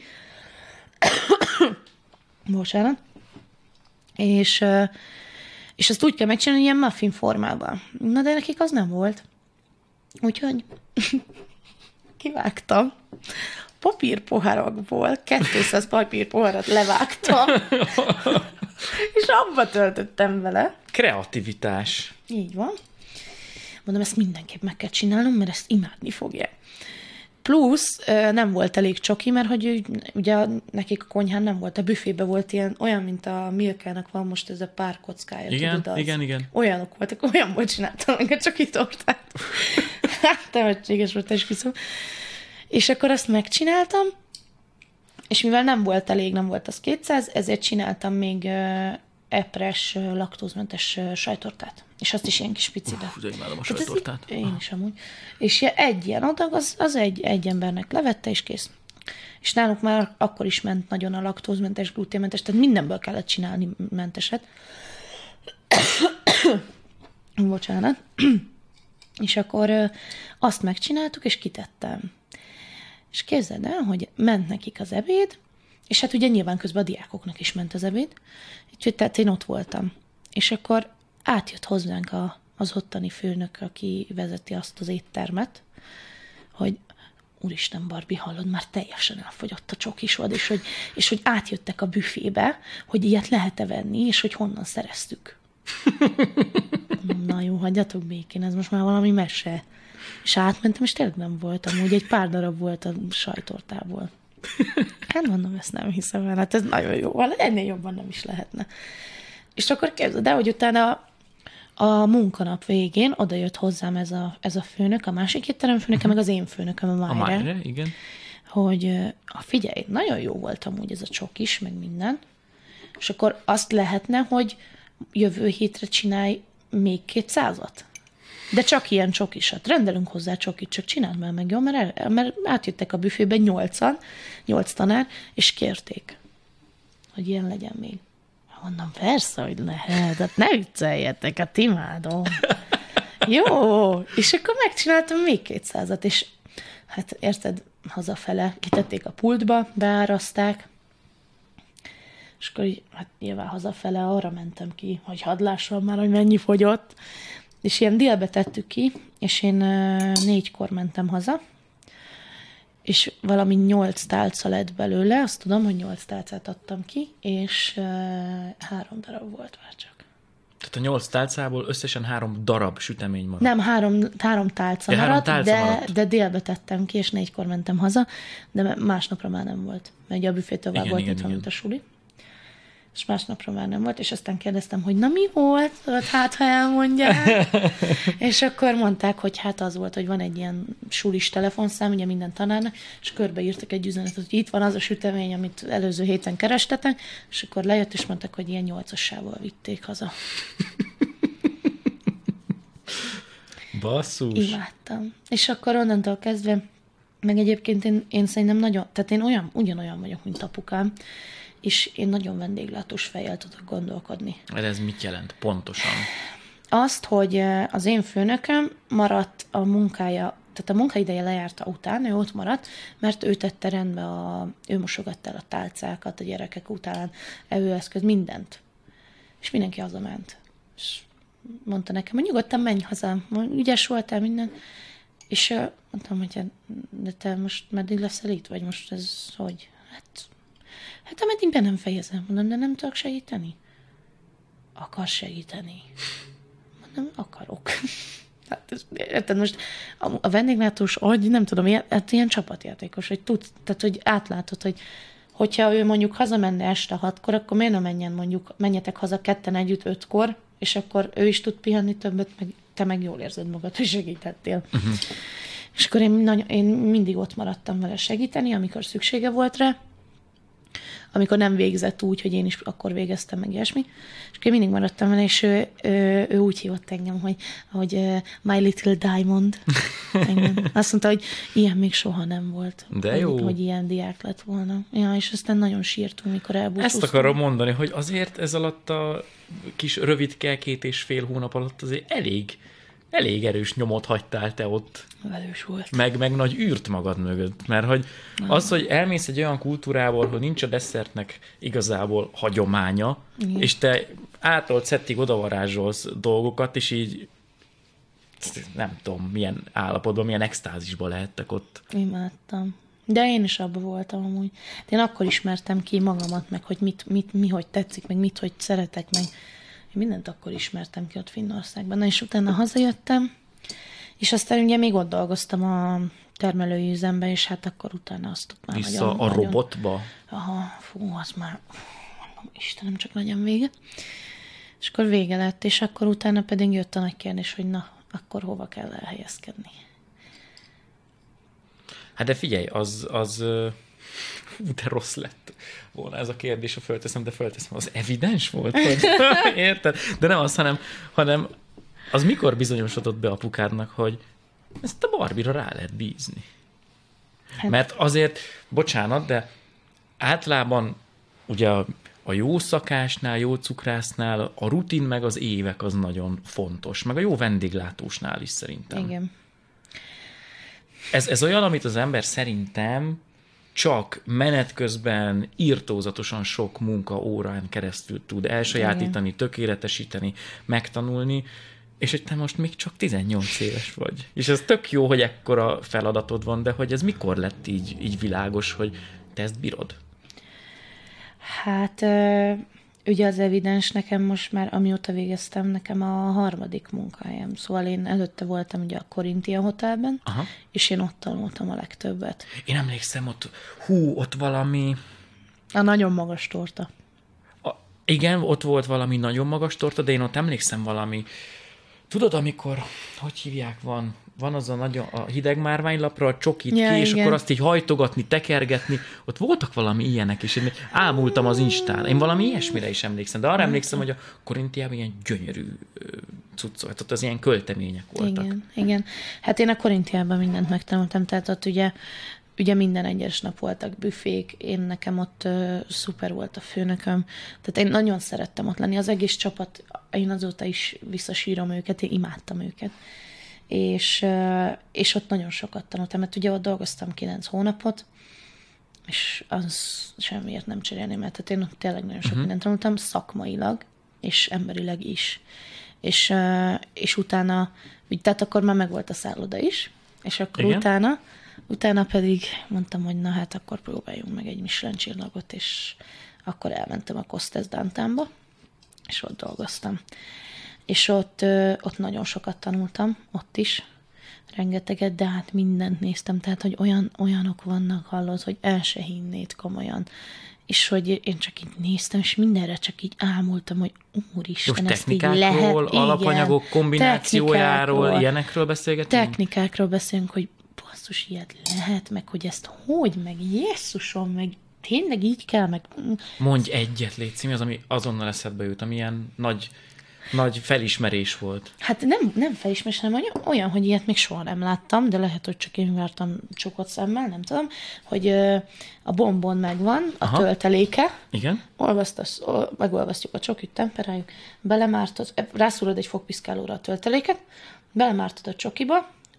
Bocsánat. És azt úgy kell megcsinálni, ilyen muffin formában. Na de nekik az nem volt. Úgyhogy kivágtam. Papírpoharakból 200 papírpoharat levágtam, és abba töltöttem vele. Kreativitás. Így van. Mondom, ezt mindenképp meg kell csinálnom, mert ezt imádni fogja. Plusz nem volt elég csoki, mert hogy ugye nekik a konyhán nem volt, a büfébe volt ilyen, olyan, mint a Milkának van most ez a pár kockája. Igen, tudod, igen. Olyanok voltak, olyanból csináltam meg a csoki tortát. Hát temetséges volt, esküszöm. És akkor azt megcsináltam, és mivel nem volt elég, nem volt az 200, ezért csináltam még epres, laktózmentes sajtortát. És azt is ilyen kis picibe. De imádom a sajtortát. Én is amúgy. És egy ilyen adag, az egy embernek levette, és kész. És náluk már akkor is ment nagyon a laktózmentes, gluténmentes, tehát mindenből kellett csinálni menteset. Bocsánat. És akkor azt megcsináltuk, és kitettem. És képzeld el, hogy ment nekik az ebéd, és hát ugye nyilván közben a diákoknak is ment az ebéd, úgyhogy tehát én ott voltam. És akkor átjött hozzánk az ottani főnök, aki vezeti azt az éttermet, hogy úristen, Barbie, hallod, már teljesen elfogyott a csokisod, és hogy átjöttek a büfébe, hogy ilyet lehet-e venni, és hogy honnan szereztük. Na jó, hagyjatok békén, ez most már valami mese. És átmentem, és tényleg nem voltam. Úgy egy pár darab volt a sajtortából. Hát mondom, ezt nem hiszem el. Hát ez nagyon jó. Ennél jobban nem is lehetne. És akkor képzeld el, hogy utána a munkanap végén oda jött hozzám ez a főnök, a másik étteremfőnöke, meg az én főnököm, a Májre. Igen. Hogy figyelj, nagyon jó volt amúgy ez a csokis, meg minden. És akkor azt lehetne, hogy jövő hétre csinálj még 200-at. De csak ilyen csokisat. Rendelünk hozzá csokit, csak csináld már meg, jó? Mert átjöttek a büfébe 8 tanár, és kérték, hogy ilyen legyen még. Mondom, persze, hogy lehet, hát ne vicceljetek, hát imádom. Jó, és akkor megcsináltam még 200-at, és hát érted, hazafele kitették a pultba, beáraszták, és akkor így, hát nyilván hazafele arra mentem ki, hogy hadd lássam már, hogy mennyi fogyott, és ilyen délbe tettük ki, és én 4-kor mentem haza, és valami 8 tálca lett belőle, azt tudom, hogy 8 tálcát adtam ki, és 3 darab volt már csak. Tehát a 8 tálcából összesen 3 darab sütemény maradt. Nem, 3 tálca maradt, de délbe tettem ki, és 4-kor mentem haza, de másnapra már nem volt. Mert a büfé tovább volt nyitva, mint a suli. És másnapra már nem volt, és aztán kérdeztem, hogy na mi volt, hát ha elmondják. És akkor mondták, hogy hát az volt, hogy van egy ilyen sulis telefonszám, ugye minden tanárnak, és körbeírtak egy üzenetet, hogy itt van az a sütemény, amit előző héten kerestetek, és akkor lejött, és mondták, hogy ilyen 8-assával vitték haza. Basszus. Imádtam. És akkor onnantól kezdve, meg egyébként én szerintem nagyon, tehát én ugyanolyan vagyok, mint apukám, és én nagyon vendéglátós fejjel tudok gondolkodni. Ez mit jelent pontosan? Azt, hogy az én főnököm maradt a munkája, tehát a munkaideje lejárta után, ő ott maradt, mert ő tette rendbe, ő mosogatta el a tálcákat a gyerekek után, evőeszköz, mindent. És mindenki hazament. És mondta nekem, hogy nyugodtan menj haza, ügyes voltál minden. És mondtam, hogy de te most meddig leszel itt, vagy most ez hogy? Hát ameddig be nem fejezem. Mondom, de nem tudok segíteni? Akarsz segíteni? Mondom, akarok. Hát most a vendéglátós agy, nem tudom, ilyen csapatjátékos, hogy tudsz, tehát hogy átlátod, hogy hogyha ő mondjuk hazamenne este 6-kor, akkor miért nem menjetek haza ketten együtt 5-kor, és akkor ő is tud pihenni többet, meg te meg jól érzed magad, hogy segítettél. Uh-huh. És akkor én mindig ott maradtam vele segíteni, amikor szüksége volt rá, amikor nem végzett úgy, hogy én is akkor végeztem meg ilyesmi. És akkor én mindig maradtam vele, és ő úgy hívott engem, hogy My Little Diamond. Engem. Azt mondta, hogy ilyen még soha nem volt. De jó. Hogy ilyen diák lett volna. Ja, és aztán nagyon sírtunk, mikor elbúcsúztunk. Ezt akarom mondani, hogy azért ez alatt a kis rövidke 2,5 hónap alatt azért elég erős nyomot hagytál te ott. Velős volt. Meg nagy űrt magad mögött. Mert hogy az, hogy elmész egy olyan kultúrából, hogy nincs a desszertnek igazából hagyománya, igen. És te ától szettig odavarázsolsz dolgokat, és így nem tudom, milyen állapotban, milyen extázisban lehettek ott. Imádtam. De én is abban voltam amúgy. Én akkor ismertem ki magamat, meg hogy mi hogy tetszik, meg hogy szeretek, meg én mindent akkor ismertem ki ott Finnországban. Na és utána hazajöttem, és aztán ugye még ott dolgoztam a termelői üzemben, és hát akkor utána azt ott már vissza nagyon, a robotba? Aha, az már, mondom, Istenem, csak legyen vége. És akkor vége lett, és akkor utána pedig jött a nagy kérdés, hogy na, akkor hova kell elhelyezkedni. Hát de figyelj, de rossz lett volna ez a kérdés, ha fölteszem, az evidens volt, hogy érted? De nem az, hanem az mikor bizonyosodott be apukádnak, hogy ezt a Barbie-ra rá lehet bízni. Hát. Mert azért, bocsánat, de általában ugye a jó szakásnál, jó cukrásznál a rutin meg az évek az nagyon fontos, meg a jó vendéglátósnál is szerintem. Igen. Ez olyan, amit az ember szerintem csak menet közben irtózatosan sok munkaórán keresztül tud elsajátítani, igen. Tökéletesíteni, megtanulni, és hogy te most még csak 18 éves vagy. És ez tök jó, hogy ekkora feladatod van, de hogy ez mikor lett így világos, hogy te ezt bírod? Hát ugye az evidens nekem most már, amióta végeztem, nekem a 3. munkahelyem. Szóval én előtte voltam ugye a Corinthia Hotelben, aha. És én ott tanultam a legtöbbet. Én emlékszem, ott valami... A nagyon magas torta. Igen, ott volt valami nagyon magas torta, de én ott emlékszem valami... Tudod, amikor, hogy hívják, van az a hideg márványlapra a csokit ja, ki, és igen. Akkor azt így hajtogatni, tekergetni. Ott voltak valami ilyenek is. Én ámultam az Instán. Én valami ilyesmire is emlékszem. De arra emlékszem, hogy a Korinthiában ilyen gyönyörű cuccok. Hát ott az ilyen költemények voltak. Igen. Hát én a Korinthiában mindent megtanultam. Tehát ott ugye minden egyes nap voltak büfék. Nekem ott szuper volt a főnököm. Tehát én nagyon szerettem ott lenni. Az egész csapat, én azóta is visszasírom őket, én imádtam őket. És ott nagyon sokat tanultam, mert ugye ott dolgoztam 9 hónapot, és az semmiért nem cserélném, mert én ott tényleg nagyon sok mindent tanultam, szakmailag, és emberileg is. És utána, tehát akkor már megvolt a szálloda is, és akkor utána pedig mondtam, hogy na hát akkor próbáljunk meg egy Michelin csillagot, és akkor elmentem a Costes d'Antánba, és ott dolgoztam. És ott nagyon sokat tanultam, ott is, rengeteget, de hát mindent néztem, tehát, hogy olyanok vannak, hallod, hogy el se hinnéd komolyan. És hogy én csak így néztem, és mindenre csak így ámultam, hogy úristen, ezt így lehet. Alapanyagok kombinációjáról, ilyenekről beszélgetünk? Technikákról beszélünk, hogy basszus, ilyet lehet, meg hogy ezt hogy, meg Jézusom, meg tényleg így kell, meg... Mondj egyet, légy mi az, ami azonnal eszedbe jut, ami ilyen nagy felismerés volt. Hát nem felismerés, hanem olyan, hogy ilyet még soha nem láttam, de lehet, hogy csak én vártam csukott szemmel, nem tudom, hogy a bombon megvan, a tölteléke. Igen. Megolvasztjuk a csokit, temperáljuk, belemártod, rászúrod egy fogpiszkálóra a tölteléket, belemártod a csokiba,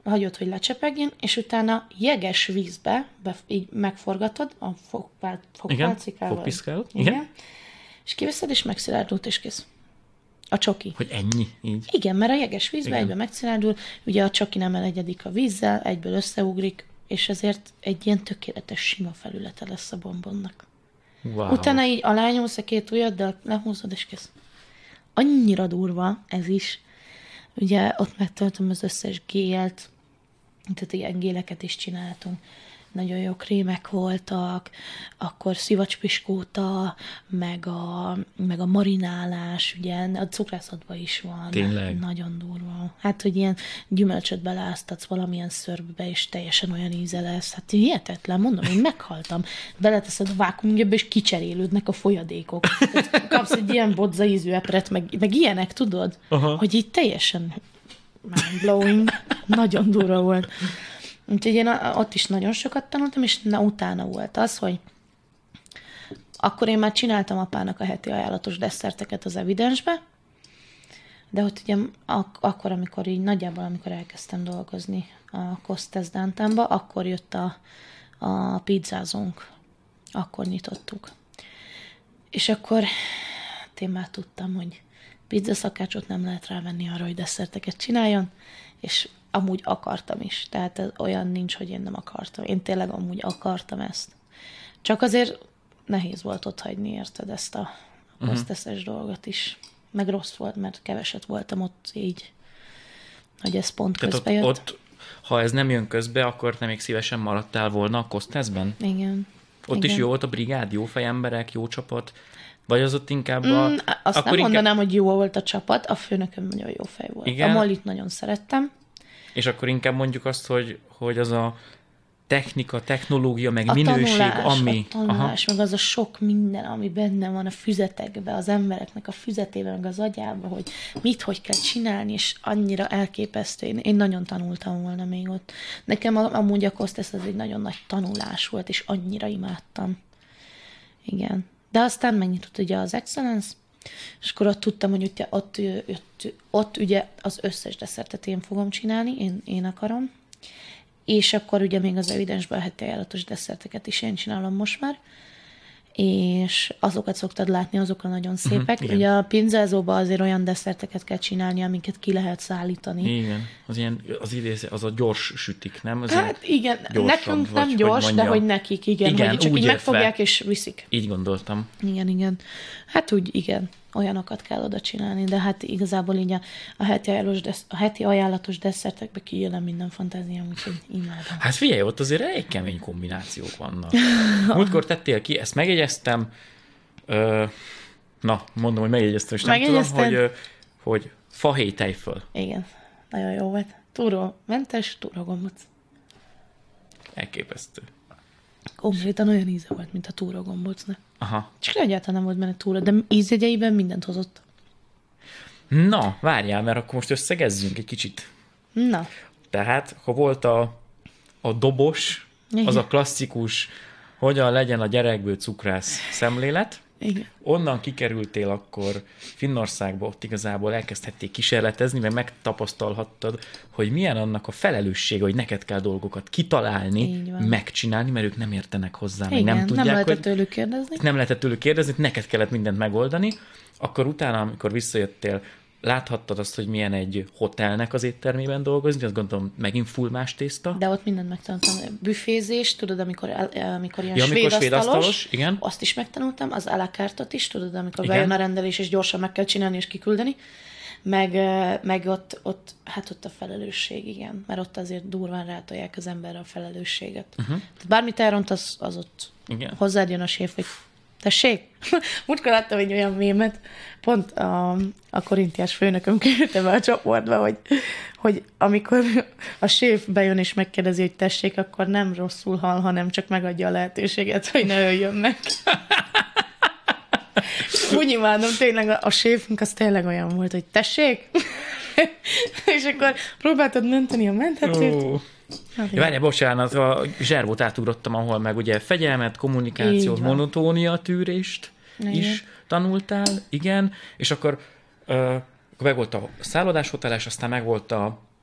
hagyod, hogy lecsepegjen, és utána jeges vízbe így megforgatod a fogpálcikával. Fogpiszkálod. Igen. És kiveszed, és megszilárdult, és kész. A csoki. Hogy ennyi? Így? Igen, mert a jeges vízbe egyben megszilárdul, ugye a csoki nem elegyedik a vízzel, egyből összeugrik, és ezért egy ilyen tökéletes sima felülete lesz a bombonnak. Wow. Utána így alányulsz a két ujjaddal, lehúzod, és kész. Annyira durva ez is. Ugye ott megtöltöm az összes gélt, tehát ilyen géleket is csináltunk. Nagyon jó krémek voltak, akkor szivacspiskóta, meg a marinálás, ugye a cukrászatban is van. Tényleg? Nagyon durva. Hát, hogy ilyen gyümölcsöt beleáztatsz valamilyen szörbbe, és teljesen olyan íze lesz. Hát hihetetlen, mondom, én meghaltam. Beleteszed a vákuumgyöbbe, és kicserélődnek a folyadékok. Tehát kapsz egy ilyen bodza ízű epret, meg ilyenek, tudod? Aha. Hogy így teljesen mind-blowing. Nagyon durva volt. Úgyhogy én ott is nagyon sokat tanultam, és utána volt az, hogy akkor én már csináltam apának a heti ajánlatos desszerteket az Evidensbe, de ott ugye akkor, amikor így nagyjából, amikor elkezdtem dolgozni a Costes Downtownba, akkor jött a pizzázónk. Akkor nyitottuk. És akkor én már tudtam, hogy pizzaszakácsot nem lehet rávenni arra, hogy desszerteket csináljon, és amúgy akartam is. Tehát ez olyan nincs, hogy én nem akartam. Én tényleg amúgy akartam ezt. Csak azért nehéz volt otthagyni, érted, ezt a hostesses dolgot is. Meg rossz volt, mert keveset voltam ott így, hogy ez pont közbe jött. Ott, ha ez nem jön közbe, akkor te még szívesen maradtál volna a Costesben? Igen. Ott igen. is jó volt a brigád, jó fejemberek, jó csapat? Vagy az ott inkább azt nem mondanám, hogy jó volt a csapat, a főnököm nagyon jó fej volt. Igen? A Mollit nagyon szerettem. És akkor inkább mondjuk azt, hogy az a technika, technológia, meg a minőség, ami... A tanulás, meg az a sok minden, ami benne van a füzetekben, az embereknek a füzetében, meg az agyában, hogy hogy kell csinálni, és annyira elképesztő. Én nagyon tanultam volna még ott. Nekem amúgy a Costes az egy nagyon nagy tanulás volt, és annyira imádtam. Igen. De aztán megnyitott ugye az Excellence, és akkor ott tudtam, hogy ott ugye az összes desszertet én fogom csinálni, én akarom. És akkor ugye még az Evidensben a heti ajánlatos desszerteket is én csinálom most már. És azokat szoktad látni, azok a nagyon szépek. Ugye a pizzázóban azért olyan desszerteket kell csinálni, amiket ki lehet szállítani. Igen, az a gyors sütik, nem? Az hát igen, nekünk nem gyors, de hogy nekik, igen hogy csak így megfogják és viszik. Így gondoltam. Igen. Hát úgy, igen, olyanokat kell oda csinálni, de hát igazából így a heti ajánlatos desszertekbe kijön minden fantáziám, úgyhogy imádom. Hát figyelj, ott azért elég kemény kombinációk vannak. Múltkor tettél ki, ezt megjegyeztem, mondom, hogy megjegyeztem, és nem tudom, hogy fahéj tejföl. Igen, nagyon jó volt. Túrómentes, túrógombóc. Elképesztő. Konkrétan olyan íze volt, mint a túrógombócnak. Aha. Csak egyáltalán nem volt benne túra, de ízjegyeiben mindent hozott. Na, várjál, mert akkor most összegezzünk egy kicsit. Na. Tehát, ha volt a dobos, igen, az a klasszikus, hogyan legyen a gyerekből cukrász szemlélet. Igen. Onnan kikerültél akkor Finnországba, ott igazából elkezdhették kísérletezni, mert megtapasztalhattad, hogy milyen annak a felelőssége, hogy neked kell dolgokat kitalálni, megcsinálni, mert ők nem értenek hozzá, meg nem tudják, nem lehetett tőlük kérdezni. Nem lehetett tőlük kérdezni, neked kellett mindent megoldani. Akkor utána, amikor visszajöttél, láthattad azt, hogy milyen egy hotelnek az éttermében dolgozni, azt gondolom megint full más tészta. De ott mindent megtanultam. Büfézés, tudod, amikor ilyen svéd asztalos, igen. Azt is megtanultam, az à la carte-ot is, tudod, amikor bejön a rendelés, és gyorsan meg kell csinálni és kiküldeni. Meg ott a felelősség, igen. Mert ott azért durván rátolják az emberre a felelősséget. Tehát bármit elront, az ott igen. Hozzád jön a séf, hogy tessék? Múltkor láttam egy olyan mémet, pont a korintiás főnököm küldte be a csoportba, hogy amikor a séf bejön és megkérdezi, hogy tessék, akkor nem rosszul hall, hanem csak megadja a lehetőséget, hogy ne öljön meg. Úgy imádom, tényleg a séfünk az tényleg olyan volt, hogy tessék? És akkor próbáltad menteni a menthetőt. Várjál, bocsánat, a zserbót átugrottam, ahol meg ugye fegyelmet, kommunikációt, monotónia tűrést is tanultál, igen, és akkor meg volt a szállodás, hotelás, aztán meg volt a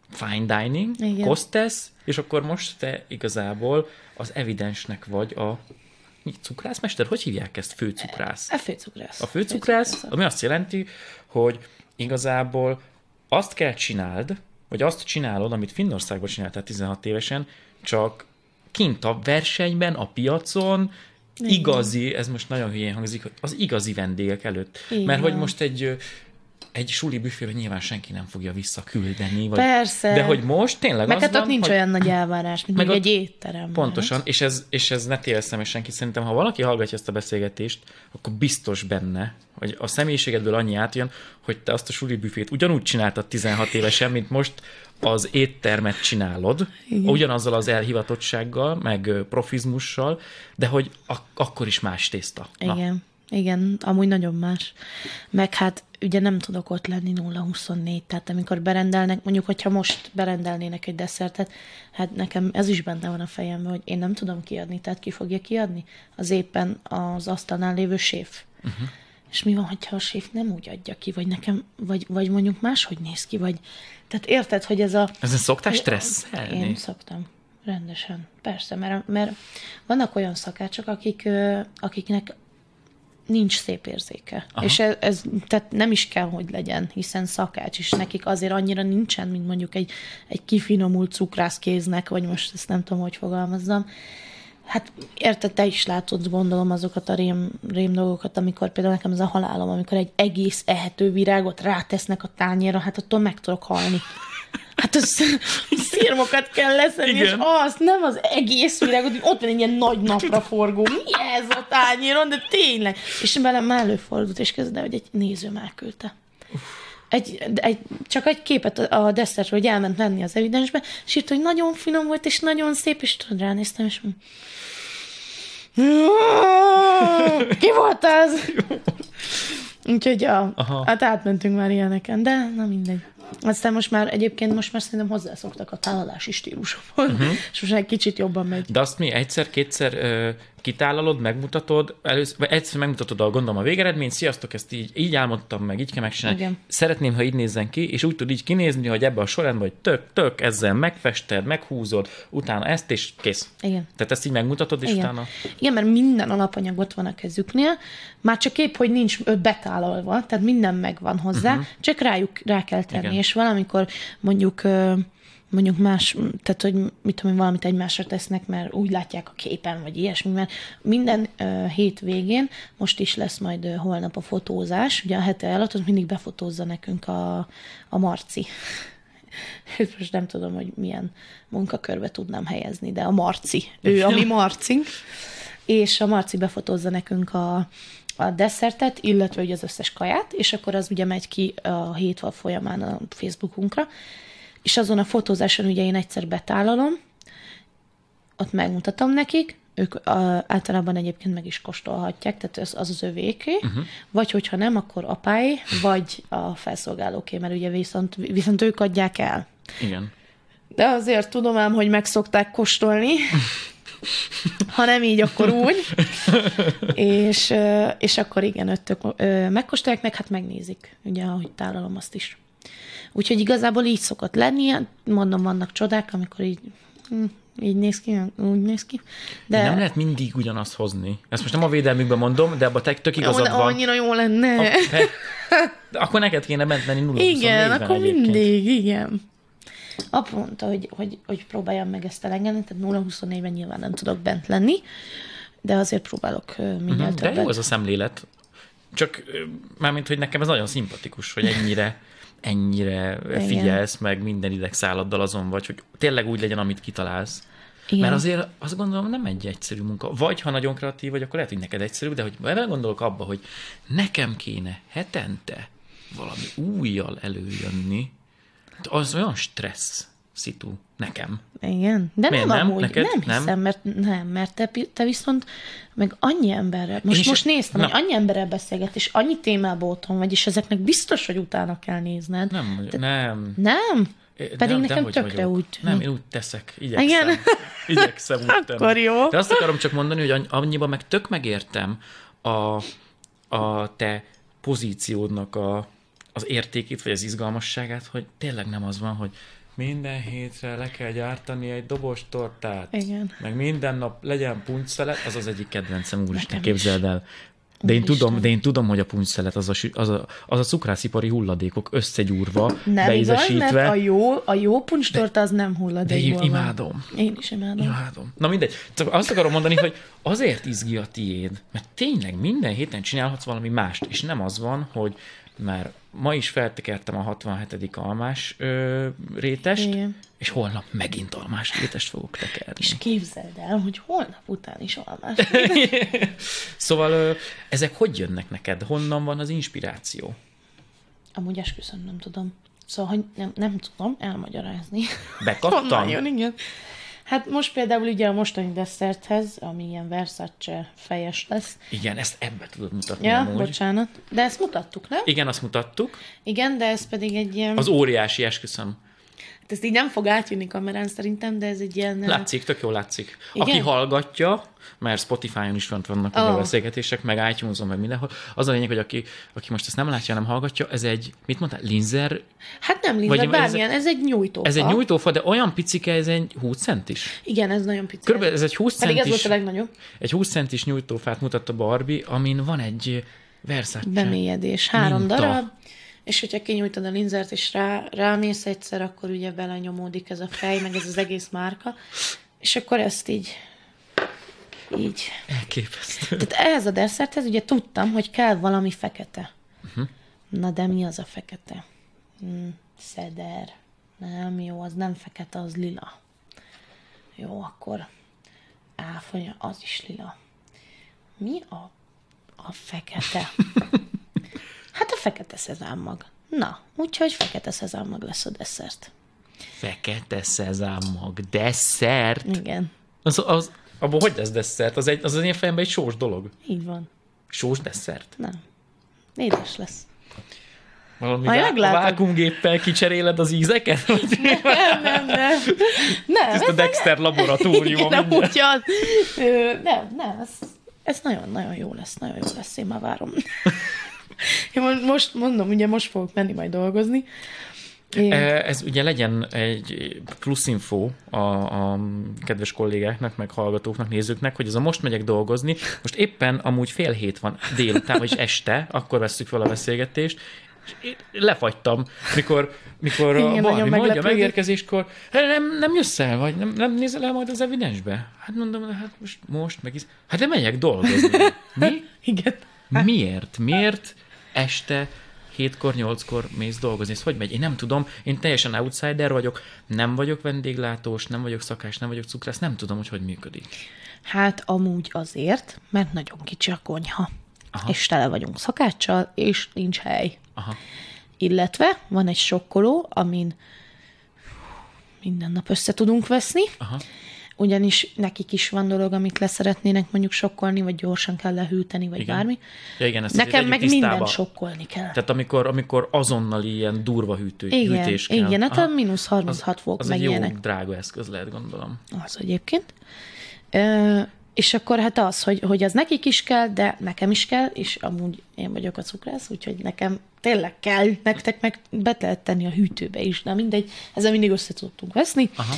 fine dining, Igen. hostess, és akkor most te igazából az evidensnek vagy a cukrászmester? Hogy hívják ezt? Főcukrász. A főcukrász. A főcukrász, ami azt jelenti, hogy igazából azt kell csináld, vagy azt csinálod, amit Finnországban csináltál 16 évesen, csak kint a versenyben, a piacon, igazi, ez most nagyon hülyén hangzik, az igazi vendégek előtt. Igen. Mert hogy most egy suli büfébe nyilván senki nem fogja visszaküldeni. Vagy, Persze. de hogy most tényleg meg az hát van, ott nincs hogy olyan nagy elvárás, mint meg még ott- egy étterem. pontosan, és ez ne tévesszem és senki. Szerintem, ha valaki hallgatja ezt a beszélgetést, akkor biztos benne, hogy a személyiségedből annyi átjön, hogy te azt a suli büfét ugyanúgy csináltad 16 évesen, mint most az éttermet csinálod, ugyanazzal az elhivatottsággal, meg profizmussal, de hogy akkor is más tészta. Na. Igen. Igen, amúgy nagyon más. Meg hát ugye nem tudok ott lenni 0-24, tehát amikor berendelnek, mondjuk, hogyha most berendelnének egy desszertet, hát nekem ez is benne van a fejemben, hogy én nem tudom kiadni, tehát ki fogja kiadni? Az éppen az asztalnál lévő séf. Uh-huh. És mi van, hogyha a séf nem úgy adja ki, vagy nekem, vagy mondjuk máshogy néz ki, vagy... Tehát érted, hogy ez a... Ezen szoktál stresszelni? Én szoktam. Rendesen. Persze, mert vannak olyan szakácsok, akiknek nincs szép érzéke. Aha. És ez tehát nem is kell, hogy legyen, hiszen szakács is nekik azért annyira nincsen, mint mondjuk egy kifinomult cukrászkéznek, vagy most ezt nem tudom, hogy fogalmazzam. Hát érted, te is látod, gondolom, azokat a rém dolgokat, amikor például nekem ez a halálom, amikor egy egész ehető virágot rátesznek a tányérra, hát attól meg tudok halni. Hát az szirmokat kell leszedni, és azt nem az egész virágot, hogy ott van egy ilyen nagy napraforgó. Mi ez a tányéron? De tényleg. És velem már előfordult, és kezdve, hogy egy nézőm elküldte. Csak egy képet a desszertről, hogy elment lenni az evidensbe, és írta, hogy nagyon finom volt, és nagyon szép, és tudod, ránéztem, és ki volt az? Úgyhogy hát átmentünk már ilyeneken, de na mindegy. Aztán most már szerintem hozzászoktak a tálalási stílusokhoz, és most egy kicsit jobban megy. De azt mi egyszer-kétszer kitálalod, megmutatod, vagy egyszer megmutatod gondolom a végeredményt, sziasztok, ezt így álmodtam meg, így kell megcsinálni. Igen. Szeretném, ha így nézzen ki, és úgy tud így kinézni, hogy ebben a sorrendben, hogy tök, ezzel megfested, meghúzod, utána ezt, és kész. Igen. Tehát ezt így megmutatod, és utána... Igen, mert minden alapanyag ott van a kezüknél, már csak épp, hogy nincs betálalva, tehát minden megvan hozzá, csak rá kell tenni. Igen. És valamikor mondjuk más, tehát hogy mit tudom, valamit egymásra tesznek, mert úgy látják a képen, vagy ilyesmi, mert minden hét végén, most is lesz majd holnap a fotózás, ugye a hete alatt, az mindig befotózza nekünk a Marci. Most nem tudom, hogy milyen munkakörbe tudnám helyezni, de a Marci, ő a mi Marcink, és a Marci befotózza nekünk a desszertet, illetve ugye az összes kaját, és akkor az ugye megy ki a hétval folyamán a Facebookunkra, és azon a fotózáson ugye én egyszer betálalom, ott megmutatom nekik, ők általában egyébként meg is kóstolhatják, tehát az övéké, vagy hogyha nem, akkor apáé, vagy a felszolgálóké, mert ugye viszont ők adják el. Igen. De azért tudom ám, hogy meg szokták kóstolni, ha nem így, akkor úgy. És akkor igen, öttök megkóstolják, meg hát megnézik, ugye, ahogy tálalom azt is. Úgyhogy igazából így szokott lenni, mondom, vannak csodák, amikor így néz ki, úgy néz ki. De nem lehet mindig ugyanazt hozni. Ezt most nem a védelmükben mondom, de abban tök igazad van. Annyira jó lenne. De akkor neked kéne bent lenni 0-24-ben. Igen, akkor egyébként. mindig, igen. Apa mondta, hogy próbáljam meg ezt elengedni, tehát 0-24-ben nyilván nem tudok bent lenni, de azért próbálok minél többet. De jó az a szemlélet. Csak mármint, hogy nekem ez nagyon szimpatikus, hogy ennyire figyelsz, meg minden idegszálladdal azon vagy, hogy tényleg úgy legyen, amit kitalálsz. Igen. Mert azért azt gondolom, nem egy egyszerű munka. Vagy ha nagyon kreatív vagy, akkor lehet, hogy neked egyszerű, de hogy gondolok abba, hogy nekem kéne hetente valami újjal előjönni, az olyan stressz szitu nekem. Igen, de miért nem amúgy, neked? Nem hiszem, mert te viszont meg annyi emberrel, most néztem, hogy annyi emberrel beszélget, és annyi témában otthon vagy, és ezeknek biztos, hogy utána kell nézned. Nem. Nem? Pedig nekem tökre úgy tűnik. Nem, én úgy teszek, igyekszem úgy tenni. Akkor jó. De azt akarom csak mondani, hogy annyiban meg tök megértem a te pozíciódnak az értékét, vagy az izgalmasságát, hogy tényleg nem az van, hogy minden hétre le kell gyártani egy dobos tortát. Igen. Meg minden nap legyen puncsszelet, az az egyik kedvencem, úristen, Nekem képzeld el. De én tudom, hogy a puncsszelet az a cukrászipari hulladékok összegyúrva, nem beízesítve. igaz, mert a jó puncstorta az nem hulladékból De én imádom. Én is imádom. Na mindegy. Csak azt akarom mondani, hogy azért izgi a tiéd, mert tényleg minden héten csinálhatsz valami mást, és nem az van, hogy már ma is feltekertem a 67. almás rétest, Igen. és holnap megint almás rétest fogok tekerni. És képzeld el, hogy holnap után is almás. Szóval ezek hogy jönnek neked? Honnan van az inspiráció? Amúgy esküszöm, nem tudom. Szóval, hogy nem tudom elmagyarázni. Bekattam? Honnan jön, igen. Hát most például ugye a mostani desszerthez, ami ilyen Versace fejes lesz. Igen, ezt ebbe tudod mutatni Ja, amúgy. bocsánat. De ezt mutattuk, nem? Igen, azt mutattuk. Igen, de ez pedig egy ilyen... Az óriási, esküszöm. Hát ezt így nem fog átjönni kamerán szerintem, de ez egy ilyen... Látszik, tök jól látszik. Igen? Aki hallgatja, mert Spotify-on is fent vannak a beszélgetések, meg iTunes-on, meg mindenhol. Az a lényeg, hogy aki most ezt nem látja, nem hallgatja, ez egy, mit mondtál, linzer? Hát nem linzer, bármilyen, ez egy nyújtófa. Ez egy nyújtófa, de olyan picike, ez egy 20 centis. Igen, ez nagyon pici. Körülbelül ez egy 20 Pedig centis. ez volt a legnagyobb. Egy 20 centis nyújtófát mutatta Barbie, amin van egy Versace Bemélyedés, 3 minta. darab. És hogyha kinyújtod a linzert, és rámész egyszer, akkor ugye belenyomódik ez a fej, meg ez az egész márka. És akkor ezt így. Elképesztő. Tehát ehhez a desszerthez ugye tudtam, hogy kell valami fekete. Na de mi az a fekete? Szeder. Nem, jó, az nem fekete, az lila. Jó, akkor áfonya, az is lila. Mi a fekete? Hát a fekete szezámmag. Na, úgyhogy fekete szezámmag lesz a desszert. Fekete szezámmag. Desszert? Igen. Abból hogy lesz desszert? Az én fejemben egy sós dolog. Így van. Sós desszert? Nem. Édes lesz. Valami Majd meglátod. vákuumgéppel kicseréled az ízeket? Nem. Ez a Dexter laboratórium. Igen, úgy az. Nem, ez nagyon-nagyon jó lesz. Nagyon jó lesz, én már várom. Én most mondom, ugye most fogok menni majd dolgozni. Ez ugye legyen egy plusz info a kedves kollégáknak, meg hallgatóknak, nézőknek, hogy ez a most megyek dolgozni, most éppen amúgy 6:30 van délután, vagyis este, akkor vesszük fel a beszélgetést, és lefagytam, mikor Igen, a Barbie mondja megérkezéskor, nem jössz el, vagy nem nézel el majd az evidensbe? Hát mondom, hát most meg is. Hát de megyek dolgozni. Mi? Igen. Miért este 7-kor, 8-kor mész dolgozni? Ez hogy megy? Én nem tudom, én teljesen outsider vagyok, nem vagyok vendéglátós, nem vagyok szakás, nem vagyok cukrász, nem tudom, hogy működik. Hát amúgy azért, mert nagyon kicsi a konyha. Aha. És tele vagyunk szakáccsal, és nincs hely. Aha. Illetve van egy sokkoló, amin minden nap össze tudunk veszni, Aha. ugyanis nekik is van dolog, amit leszeretnének mondjuk sokkolni, vagy gyorsan kell lehűteni, vagy Igen. bármi. Ja, igen, ezt Nekem meg tisztába. minden sokkolni kell. Tehát amikor azonnal ilyen durva hűtés kell. Igen, hát a mínusz 36 fok az meg egy jó ilyenek. drága eszköz lehet, gondolom. Az egyébként. És akkor hát az, hogy az nekik is kell, de nekem is kell, és amúgy én vagyok a cukrász, úgyhogy nekem tényleg kell, nektek meg be lehet tenni a hűtőbe is. Na mindegy, ezzel mindig össze tudtunk veszni. Aha.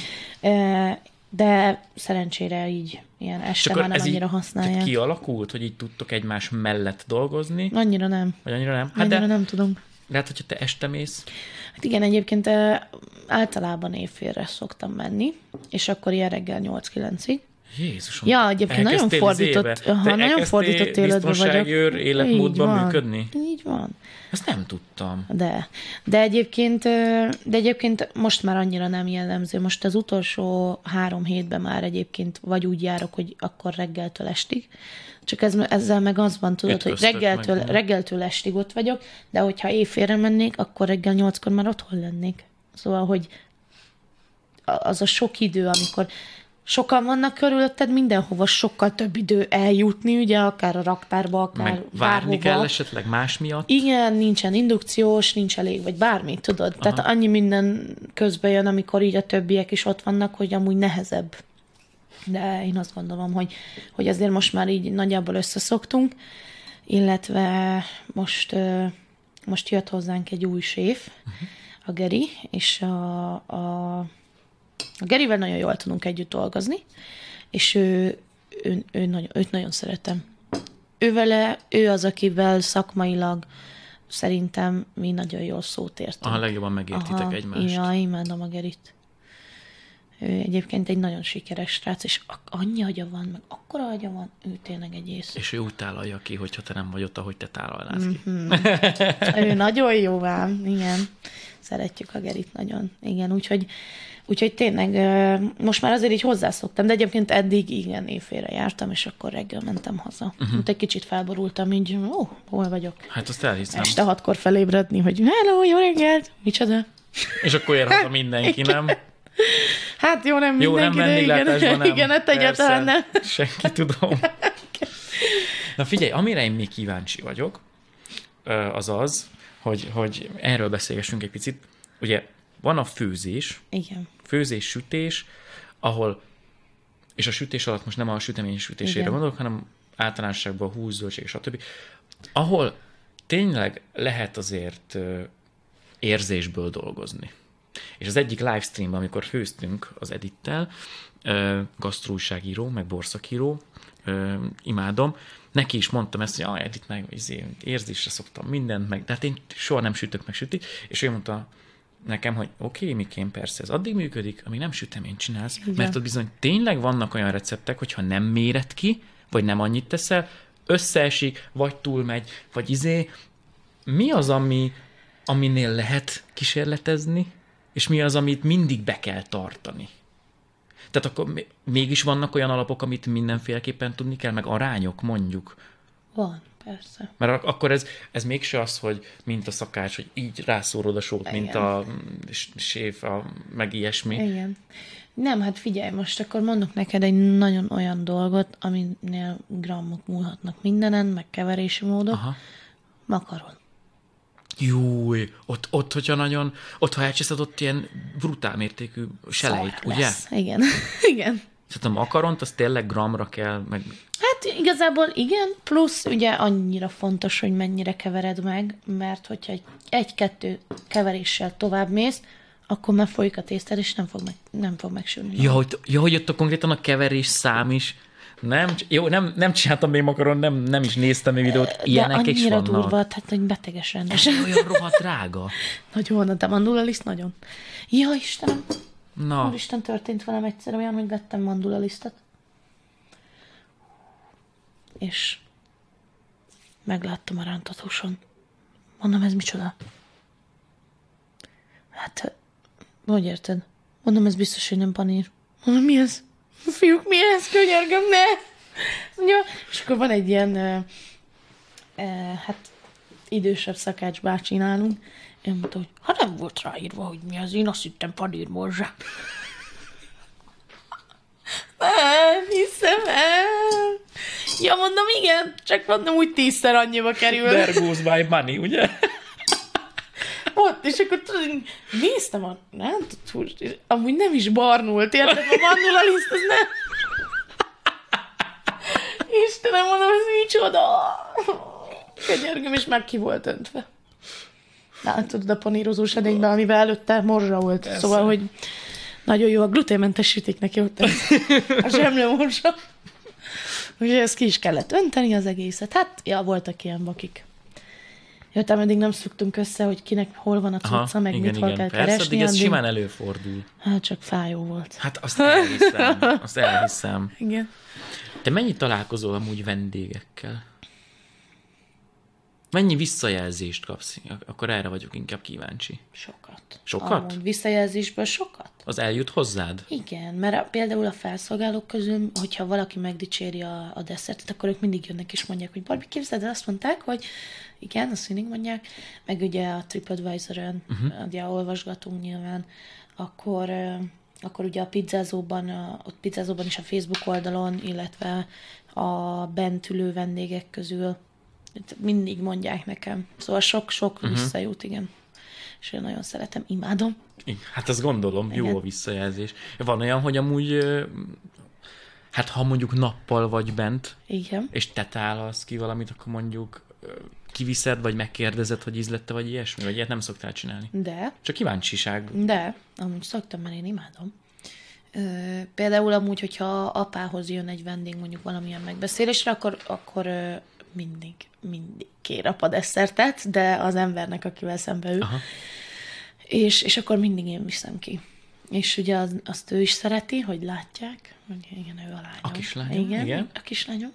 De szerencsére így ilyen este már nem annyira használják. Kialakult, hogy így tudtok egymás mellett dolgozni? Annyira nem. Vagy annyira nem? Hát annyira nem tudom. Lehet, hogyha te este mész. Hát igen, egyébként általában évfélre szoktam menni, és akkor ilyen reggel 8-9-ig. Jézusom. Ja, egyébként nagyon fordított életben vagyok. Biztonságőr életmódban működni? Így van. Ezt nem tudtam. De egyébként most már annyira nem jellemző. Most az utolsó 3 hétben már egyébként vagy úgy járok, hogy akkor reggeltől estig. Csak ezzel meg az van, tudod, hogy reggeltől estig ott vagyok, de hogyha éjfélre mennék, akkor reggel 8-kor már otthon lennék. Szóval, hogy az a sok idő, amikor sokan vannak körülötted, mindenhova sokkal több idő eljutni, ugye, akár a raktárba, akár meg várni kell esetleg más miatt. Igen, nincsen indukciós, nincs elég, vagy bármi, tudod. Aha. Tehát annyi minden közbe jön, amikor így a többiek is ott vannak, hogy amúgy nehezebb. De én azt gondolom, hogy azért most már így nagyjából összeszoktunk, illetve most jött hozzánk egy új séf, a Geri, és a Gerivel nagyon jól tudunk együtt dolgozni, és őt nagyon szeretem. Ő az, akivel szakmailag szerintem mi nagyon jól szót értünk. Legjobban megértitek egymást. Ja, imádom a Gerit. Ő egyébként egy nagyon sikeres srác, és annyi agya van, meg akkora agya van, ő tényleg egy ész. És ő úgy tálalja ki, hogyha te nem vagy ott, ahogy te tálalnász ki. Ő nagyon jó ám, igen. Szeretjük a Gerit nagyon. Igen, úgyhogy tényleg most már azért így hozzászoktam, de egyébként eddig igen, éjfélre jártam, és akkor reggel mentem haza. Egy kicsit felborultam, így, hol vagyok? Hát azt elhiszem. Este 6-kor felébredni, hogy hello, jó reggelt, micsoda? És akkor ér haza mindenki, nem? Hát jó, nem mindenki, nem vendéglátásban nem. Igen, hát egyáltalán nem. Senki tudom. Na figyelj, amire én még kíváncsi vagyok, az, hogy erről beszélgessünk egy picit. Ugye van a főzés, igen. Főzés, sütés, ahol, és a sütés alatt most nem a sütemény sütésére gondolok, hanem általánosságban hús, zöldség, stb. Ahol tényleg lehet azért érzésből dolgozni. És az egyik livestreamben, amikor főztünk az Edittel, gasztroújságíró, meg borszakíró, imádom, neki is mondtam ezt, hogy Edit, meg érzésre szoktam mindent, meg, de hát én soha nem sütök meg süti, és ő mondta nekem, hogy oké, Mikém, persze, ez addig működik, amíg nem süteményt csinálsz, mert ott bizony tényleg vannak olyan receptek, hogyha nem méred ki, vagy nem annyit teszel, összeesik, vagy túlmegy, vagy mi az, aminél lehet kísérletezni, és mi az, amit mindig be kell tartani? Tehát akkor mégis vannak olyan alapok, amit mindenféleképpen tudni kell, meg arányok, mondjuk. Van, persze. Mert akkor ez mégse az, hogy mint a szakács, hogy így rászórod a sót, mint a séf, meg ilyesmi. Igen. Nem, hát figyelj, most akkor mondok neked egy nagyon olyan dolgot, aminél grammok múlhatnak mindenen, meg keverési módok. Aha. Makaron. Júj, ott ha elcsészed, ott ilyen brutál mértékű selejt, Szar ugye? lesz. Igen. Igen. Tehát a makaront, az tényleg gramra kell, meg... Hát igazából igen, plusz ugye annyira fontos, hogy mennyire kevered meg, mert hogyha egy-kettő keveréssel tovább mész, akkor már folyik a tésztád, és nem fog megsülni. Ja, hogy ott a konkrétan a keverés szám is. Nem csináltam még makaron, nem is néztem még videót. Ilyenek is vannak. De annyira durva, tehát hogy beteges rendesen. Ez olyan rohadt drága. Nagyon, de mandulaliszt nagyon. Ja, Istenem. Na. Úristen, történt velem egyszer olyan, hogy vettem mandulalisztet. És megláttam a rántatóson. Mondom, ez micsoda? Hát, hogy érted? Mondom, ez biztos, hogy nem panír. Mondom, mi ez? Fiúk, mi ez? Könyörgöm, ne! Mondja, és akkor van egy ilyen idősebb szakács bácsi nálunk. Én mondtam, hogy ha nem volt ráírva, hogy mi az, én azt hittem panírmorzsa. Nem hiszem el. Ja, mondom, igen, csak mondom, úgy 10-szer annyiba kerül. There goes my money, ugye? Ott, és akkor tudod, néztem amúgy nem is barnult, érted? A mandulaliszt, az nem... Istenem, mondom, ez micsoda? Könyörgöm, és már ki volt öntve. Na, tudod, a panírozós edényben, amivel előtte morzsa volt. Persze. Szóval, hogy nagyon jó, a gluténmentes sütik neki ott a zsemlemorzsa. Úgyhogy ezt ki is kellett önteni az egészet. Hát, ja, voltak ilyen bakik. Jöttem, eddig nem szoktunk össze, hogy kinek hol van a cucca, meg igen, mit hol kell persze, keresni. Persze, ez simán előfordul. Hát csak fájó volt. Hát azt elhiszem. Igen. Te mennyit találkozol amúgy vendégekkel? Mennyi visszajelzést kapsz? Akkor erre vagyok inkább kíváncsi. Sokat. Sokat? Amúgy visszajelzésből sokat. Az eljut hozzád? Igen, mert például a felszolgálók közül, hogyha valaki megdicséri a desszertet, akkor ők mindig jönnek és mondják, hogy Barbie, képzeld, azt mondták, hogy igen, azt mindig mondják, meg ugye a TripAdvisor-ön, ugye olvasgatunk nyilván, akkor ugye a pizzázóban is a Facebook oldalon, illetve a bent ülő vendégek közül mindig mondják nekem. Szóval sok visszajut, igen. És én nagyon szeretem, imádom. Hát azt gondolom, igen. Jó a visszajelzés. Van olyan, hogy amúgy, hát ha mondjuk nappal vagy bent, igen. és te tálalsz ki valamit, akkor mondjuk kiviszed, vagy megkérdezed, hogy ízlette, vagy ilyesmi? Vagy ilyet nem szoktál csinálni? De. Csak kíváncsiság. De, amúgy szoktam, mert én imádom. Például amúgy, hogyha apához jön egy vendég mondjuk valamilyen megbeszélésre, akkor mindig kér apa desszertet, de az embernek, akivel szembe ül. És akkor mindig én viszem ki. És ugye azt ő is szereti, hogy látják, hogy igen, ő a lányom. A kislányom, igen. A kislányom.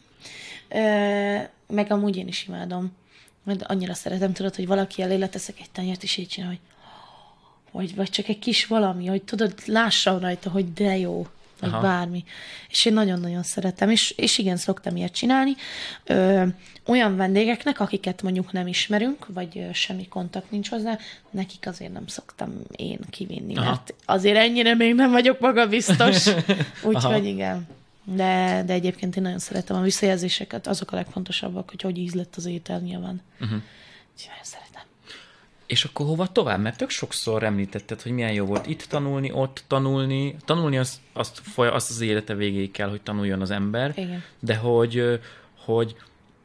Meg amúgy én is imádom. Mert annyira szeretem, tudod, hogy valaki elé leteszek egy tenyért, és így csinál, vagy csak egy kis valami, hogy tudod, lássam rajta, hogy de jó, vagy bármi. És én nagyon-nagyon szeretem, és igen, szoktam ilyet csinálni. Olyan vendégeknek, akiket mondjuk nem ismerünk, vagy semmi kontakt nincs hozzá, nekik azért nem szoktam én kivinni, mert azért ennyire még nem vagyok magabiztos. Úgyhogy igen. De egyébként én nagyon szeretem a visszajelzéseket, azok a legfontosabbak, hogy ízlett az étel nyilván. Úgyhogy nagyon szeretem. És akkor hova tovább? Mert tök sokszor említetted, hogy milyen jó volt itt tanulni, ott tanulni. Tanulni azt az élete végéig kell, hogy tanuljon az ember. Igen. De hogy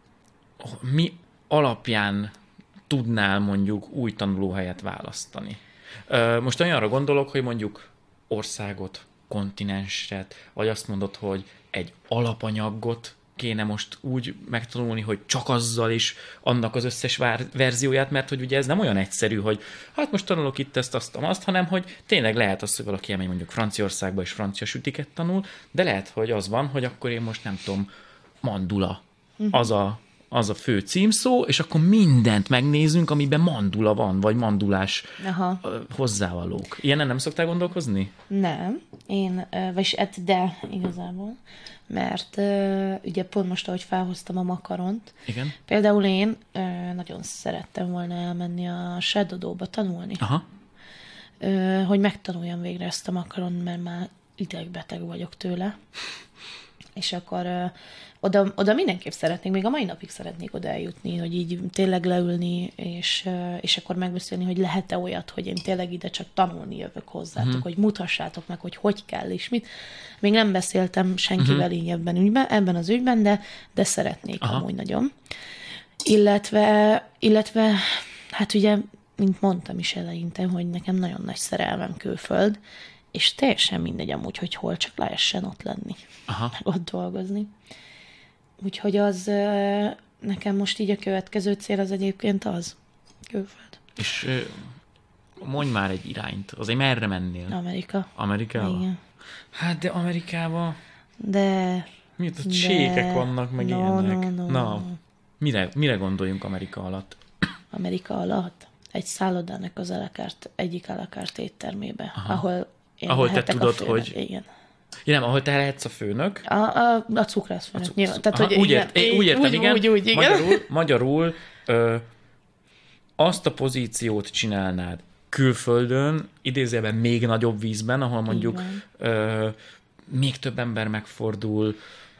mi alapján tudnál mondjuk új tanulóhelyet választani? Most olyanra gondolok, hogy mondjuk országot, kontinenset, vagy azt mondod, hogy egy alapanyagot kéne most úgy megtanulni, hogy csak azzal is annak az összes verzióját, mert hogy ugye ez nem olyan egyszerű, hogy hát most tanulok itt ezt, azt, hanem hogy tényleg lehet az, hogy valaki elmegy mondjuk Franciaországba és francia sütiket tanul, de lehet, hogy az van, hogy akkor én most nem tudom, mandula az a fő címszó, és akkor mindent megnézünk, amiben mandula van, vagy mandulás hozzávalók. Ilyenen nem szoktál gondolkozni? Nem. Vagyis de igazából. Mert ugye pont most, ahogy felhoztam a makaront, igen. Például én nagyon szerettem volna elmenni a Sedodóba tanulni. Hogy megtanuljam végre ezt a makaron, mert már idegbeteg vagyok tőle. És akkor oda mindenképp szeretnék, még a mai napig szeretnék oda eljutni, hogy így tényleg leülni, és akkor megbeszélni, hogy lehet-e olyat, hogy én tényleg ide csak tanulni jövök hozzátok, hogy mutassátok meg, hogy kell és mit. Még nem beszéltem senkivel így ebben az ügyben, de szeretnék amúgy nagyon. Illetve, hát ugye, mint mondtam is eleinte, hogy nekem nagyon nagy szerelmem külföld, és teljesen mindegy amúgy, hogy hol, csak lehessen ott lenni, meg ott dolgozni. Úgyhogy az nekem most így a következő cél az egyébként az. Külföld. És mondj már egy irányt. Azért merre mennél? Amerikába? Igen. Hát de Amerikába... De... Miért ott sékek vannak, meg ilyenek? Na, mire gondoljunk Amerika alatt? Amerika alatt? Egy szállodának az egyik alakárt éttermébe, ahol te tudod, hogy... Igen. Ja, nem, ahol te lehetsz a főnök. A cukrászfőnök. Nyilván. Tehát, hogy úgy értem, igen. Úgy, igen. Magyarul azt a pozíciót csinálnád külföldön, idézőjelben még nagyobb vízben, ahol mondjuk még több ember megfordul,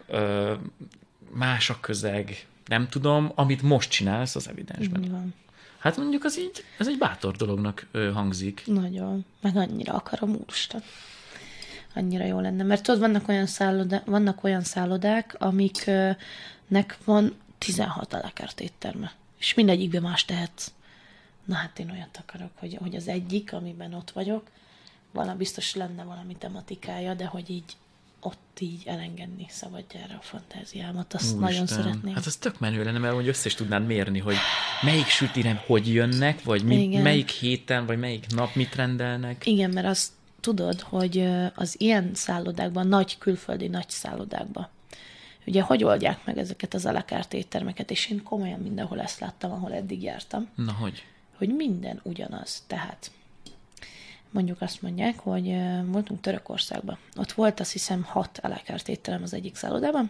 más a közeg, nem tudom, amit most csinálsz az evidensben. Igen. Hát mondjuk ez egy bátor dolognak hangzik. Nagyon. Meg annyira akarom, úristen. Annyira jó lenne. Mert tudod, vannak olyan szállodák, amiknek van 16 alakárt étterme. És mindegyikben más tehetsz. Na hát én olyat akarok, hogy az egyik, amiben ott vagyok, biztos lenne valami tematikája, de hogy így ott így elengedni szabadjára a fantáziámat, azt nagyon szeretném. Hát az tök menő lenne, mert hogy össze is tudnád mérni, hogy melyik sütire hogy jönnek, vagy melyik héten, vagy melyik nap mit rendelnek. Igen, mert azt tudod, hogy az ilyen szállodákban, nagy külföldi nagy szállodákban, ugye hogy oldják meg ezeket az alakárt éttermeket, és én komolyan mindenhol ezt láttam, ahol eddig jártam. Na, hogy? Hogy minden ugyanaz. Tehát mondjuk azt mondják, hogy voltunk Törökországban. Ott volt azt hiszem 6 alakárt étterem az egyik szállodában,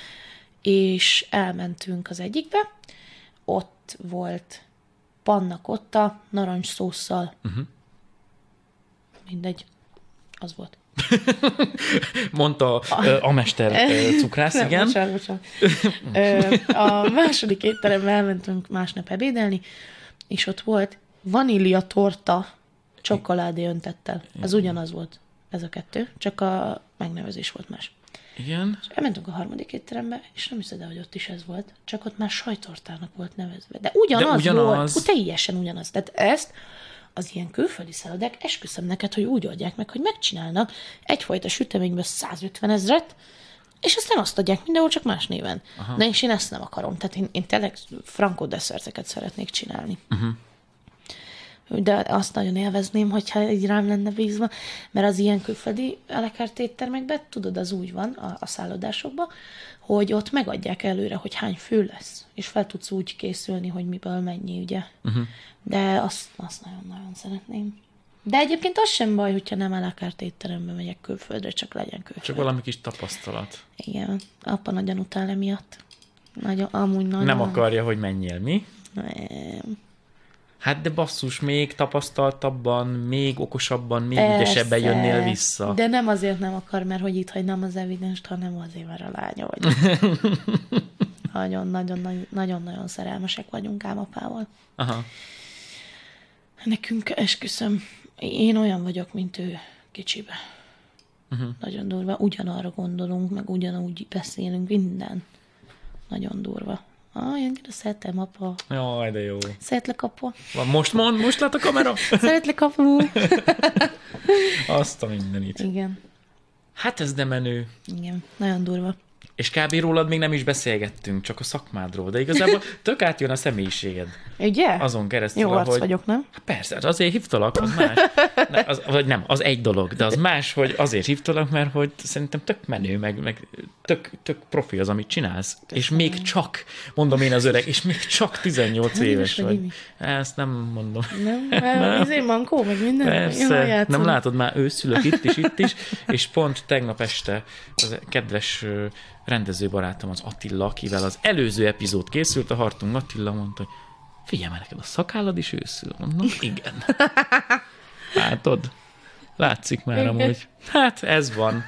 és elmentünk az egyikbe, ott volt panna cotta, narancsszósszal. Mindegy. Az volt. Mondta a mester cukrász, igen. Bocsánat. A második étterembe elmentünk másnap ebédelni, és ott volt vanília torta csokoládé öntettel. Ez ugyanaz volt, ez a kettő, csak a megnevezés volt más. Igen. És elmentünk a harmadik étterembe, és nem hiszed el, hogy ott is ez volt, csak ott már sajtortának volt nevezve. De ugyanaz volt, teljesen ugyanaz. Tehát ezt az ilyen külföldi szállodák, esküszöm neked, hogy úgy oldják meg, hogy megcsinálnak egyfajta süteményből 150 000, és aztán azt adják mindenhol, csak más néven. Aha. Na és én ezt nem akarom. Tehát én tényleg frankó desszerteket szeretnék csinálni. De azt nagyon élvezném, hogyha így rám lenne bízva, mert az ilyen külföldi elekárt éttermekben, tudod, az úgy van a szállodásokban, hogy ott megadják előre, hogy hány fő lesz, és fel tudsz úgy készülni, hogy miből mennyi, ugye. De azt nagyon-nagyon szeretném. De egyébként az sem baj, hogyha nem elekárt étterembe megyek külföldre, csak legyen külföld. Csak valami kis tapasztalat. Igen. Apa nagyon utál emiatt. Amúgy nagyon... Nem akarja, hogy menjél, mi? Nem. Hát de basszus, még tapasztaltabban, még okosabban, még ügyesebben jönnél vissza. De nem azért nem akar, mert hogy itt hagynám az evidenst, hanem azért, mert a lánya vagy. Nagyon-nagyon szerelmesek vagyunk ám apával. Aha. Nekünk, esküszöm, én olyan vagyok, mint ő kicsibe. Nagyon durva. Ugyanarra gondolunk, meg ugyanúgy beszélünk, minden. Nagyon durva. Ilyen szeretem, apa. Jaj, de jó. Szeretlek, apa. Most lát a kamera? Szeretlek, apu. Azt a mindenit. Igen. Hát ez de menő. Igen, nagyon durva. És kb. Rólad még nem is beszélgettünk, csak a szakmádról, de igazából tök átjön a személyiséged. Ugye? Azon keresztül, jó arc vagyok, nem? Hát persze, azért hívtalak, az más. Vagy nem, az egy dolog, de az más, hogy azért hívtalak, mert hogy szerintem tök menő, meg tök profi az, amit csinálsz. És még csak, mondom én az öreg, és még csak 18 éves vagy. Ezt nem mondom. Nem, ezért mankó, meg minden. Persze, nem látod, már őszülök itt is, és pont tegnap este az kedves rendezőbarátom, az Attila, akivel az előző epizód készült, a Hartung Attila mondta, hogy figyelj már, neked a szakállad is őszül. Mondom, igen. Látod? Látszik már amúgy. Hát ez van.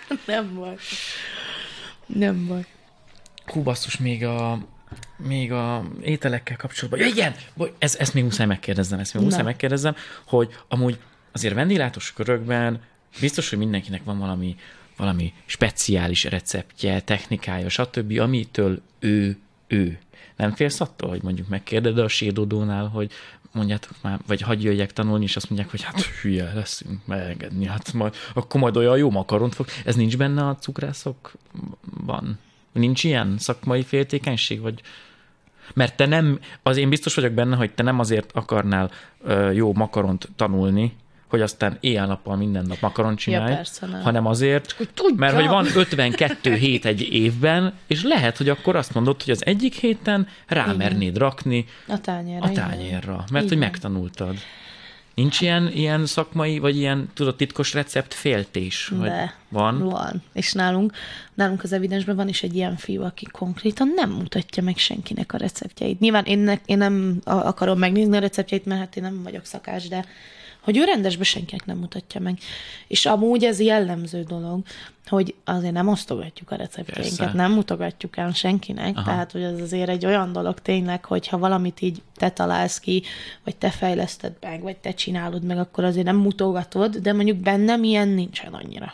Nem baj. Hú, basszus, még a ételekkel kapcsolatban. Ja, igen! Ezt még muszáj megkérdeznem, hogy amúgy azért vendéglátos körökben biztos, hogy mindenkinek van valami speciális receptje, technikája, stb., amitől ő. Nem félsz attól, hogy mondjuk megkérded a sédódónál, hogy mondjátok már, vagy hagyj jöjjek tanulni, és azt mondják, hogy hát hülye leszünk megengedni, hát akkor majd olyan jó makaront fog. Ez nincs benne a cukrászokban? Nincs ilyen szakmai féltékenység? Vagy... Mert te nem, én biztos vagyok benne, hogy te nem azért akarnál jó makaront tanulni, hogy aztán éjjel-nappal minden nap makaront csinálj, hanem azért, mert hogy van 52 hét egy évben, és lehet, hogy akkor azt mondod, hogy az egyik héten rámernéd rakni a tányérra, mert hogy megtanultad. Nincs ilyen szakmai, vagy ilyen, tudod, titkos recept féltés? De, van. És nálunk az evidensben van is egy ilyen fiú, aki konkrétan nem mutatja meg senkinek a receptjeit. Nyilván én nem akarom megnézni a receptjeit, mert hát én nem vagyok szakás, de hogy ő rendesben senkinek nem mutatja meg. És amúgy ez jellemző dolog, hogy azért nem osztogatjuk a receptjeinket, nem mutogatjuk el senkinek, tehát hogy ez azért egy olyan dolog tényleg, hogy ha valamit így te találsz ki, vagy te fejleszted meg, vagy te csinálod meg, akkor azért nem mutogatod, de mondjuk bennem ilyen nincsen annyira.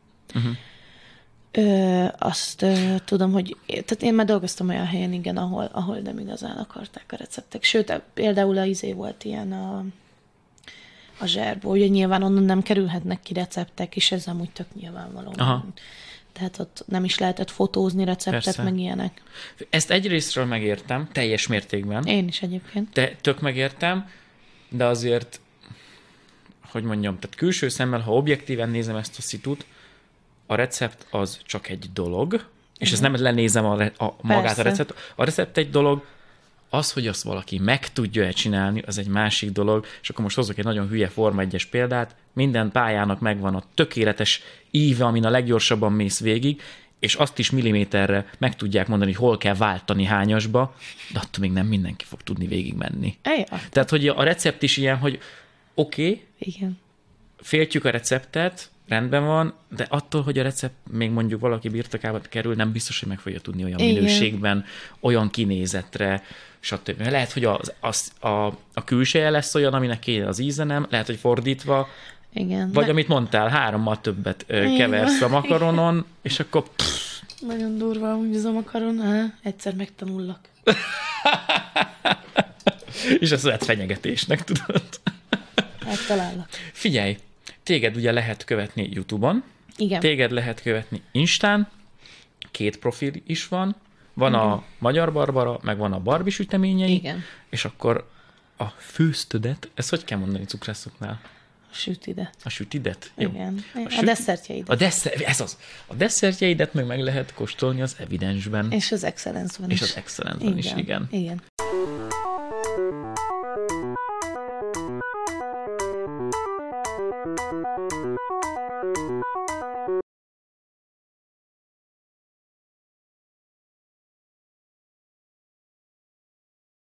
Azt tudom, hogy tehát én már dolgoztam olyan helyen, igen, ahol nem igazán akarták a receptek. Sőt, például a izé volt ilyen a zserból, ugye nyilván onnan nem kerülhetnek ki receptek, és ez amúgy tök nyilvánvaló. Tehát ott nem is lehetett fotózni receptet, persze, meg ilyenek. Ezt egyrésztről megértem, teljes mértékben. Én is egyébként. Tök megértem, de azért, hogy mondjam, tehát külső szemmel, ha objektíven nézem ezt a szitut, a recept az csak egy dolog, és ezt nem lenézem magát a recept. A recept egy dolog, az, hogy azt valaki meg tudja-e csinálni, az egy másik dolog, és akkor most hozok egy nagyon hülye Forma 1-es példát, minden pályának megvan a tökéletes íve, amin a leggyorsabban mész végig, és azt is milliméterre meg tudják mondani, hogy hol kell váltani hányasba, de attól még nem mindenki fog tudni végigmenni. Tehát, hogy a recept is ilyen, hogy oké, féltjük a receptet, rendben van, de attól, hogy a recept még mondjuk valaki birtokába kerül, nem biztos, hogy meg fogja tudni olyan minőségben, olyan kinézetre, stb. Lehet, hogy a külseje lesz olyan, aminek kéne az íze nem, lehet, hogy fordítva. Igen. Vagy amit mondtál, 3-mal többet keversz a makaronon, és akkor... Nagyon durva, úgy az a makaron. Egyszer megtanullak. És ezt lehet fenyegetésnek, tudod? Eltalállak. Figyelj, téged ugye lehet követni YouTube-on, Igen. téged lehet követni Instán, 2 profil is van, van a Magyar Barbara, meg van a Barbie süteményei, Igen. és akkor a főztödet, ezt hogy kell mondani cukrászoknál? A sütidet. A sütidet? Jó. Igen. A süti- desszertjeidet. Ez az. A desszertjeidet meg lehet kóstolni az Evidensben. És az Excellence-ben És is. az Excellence-ben is, igen. Igen.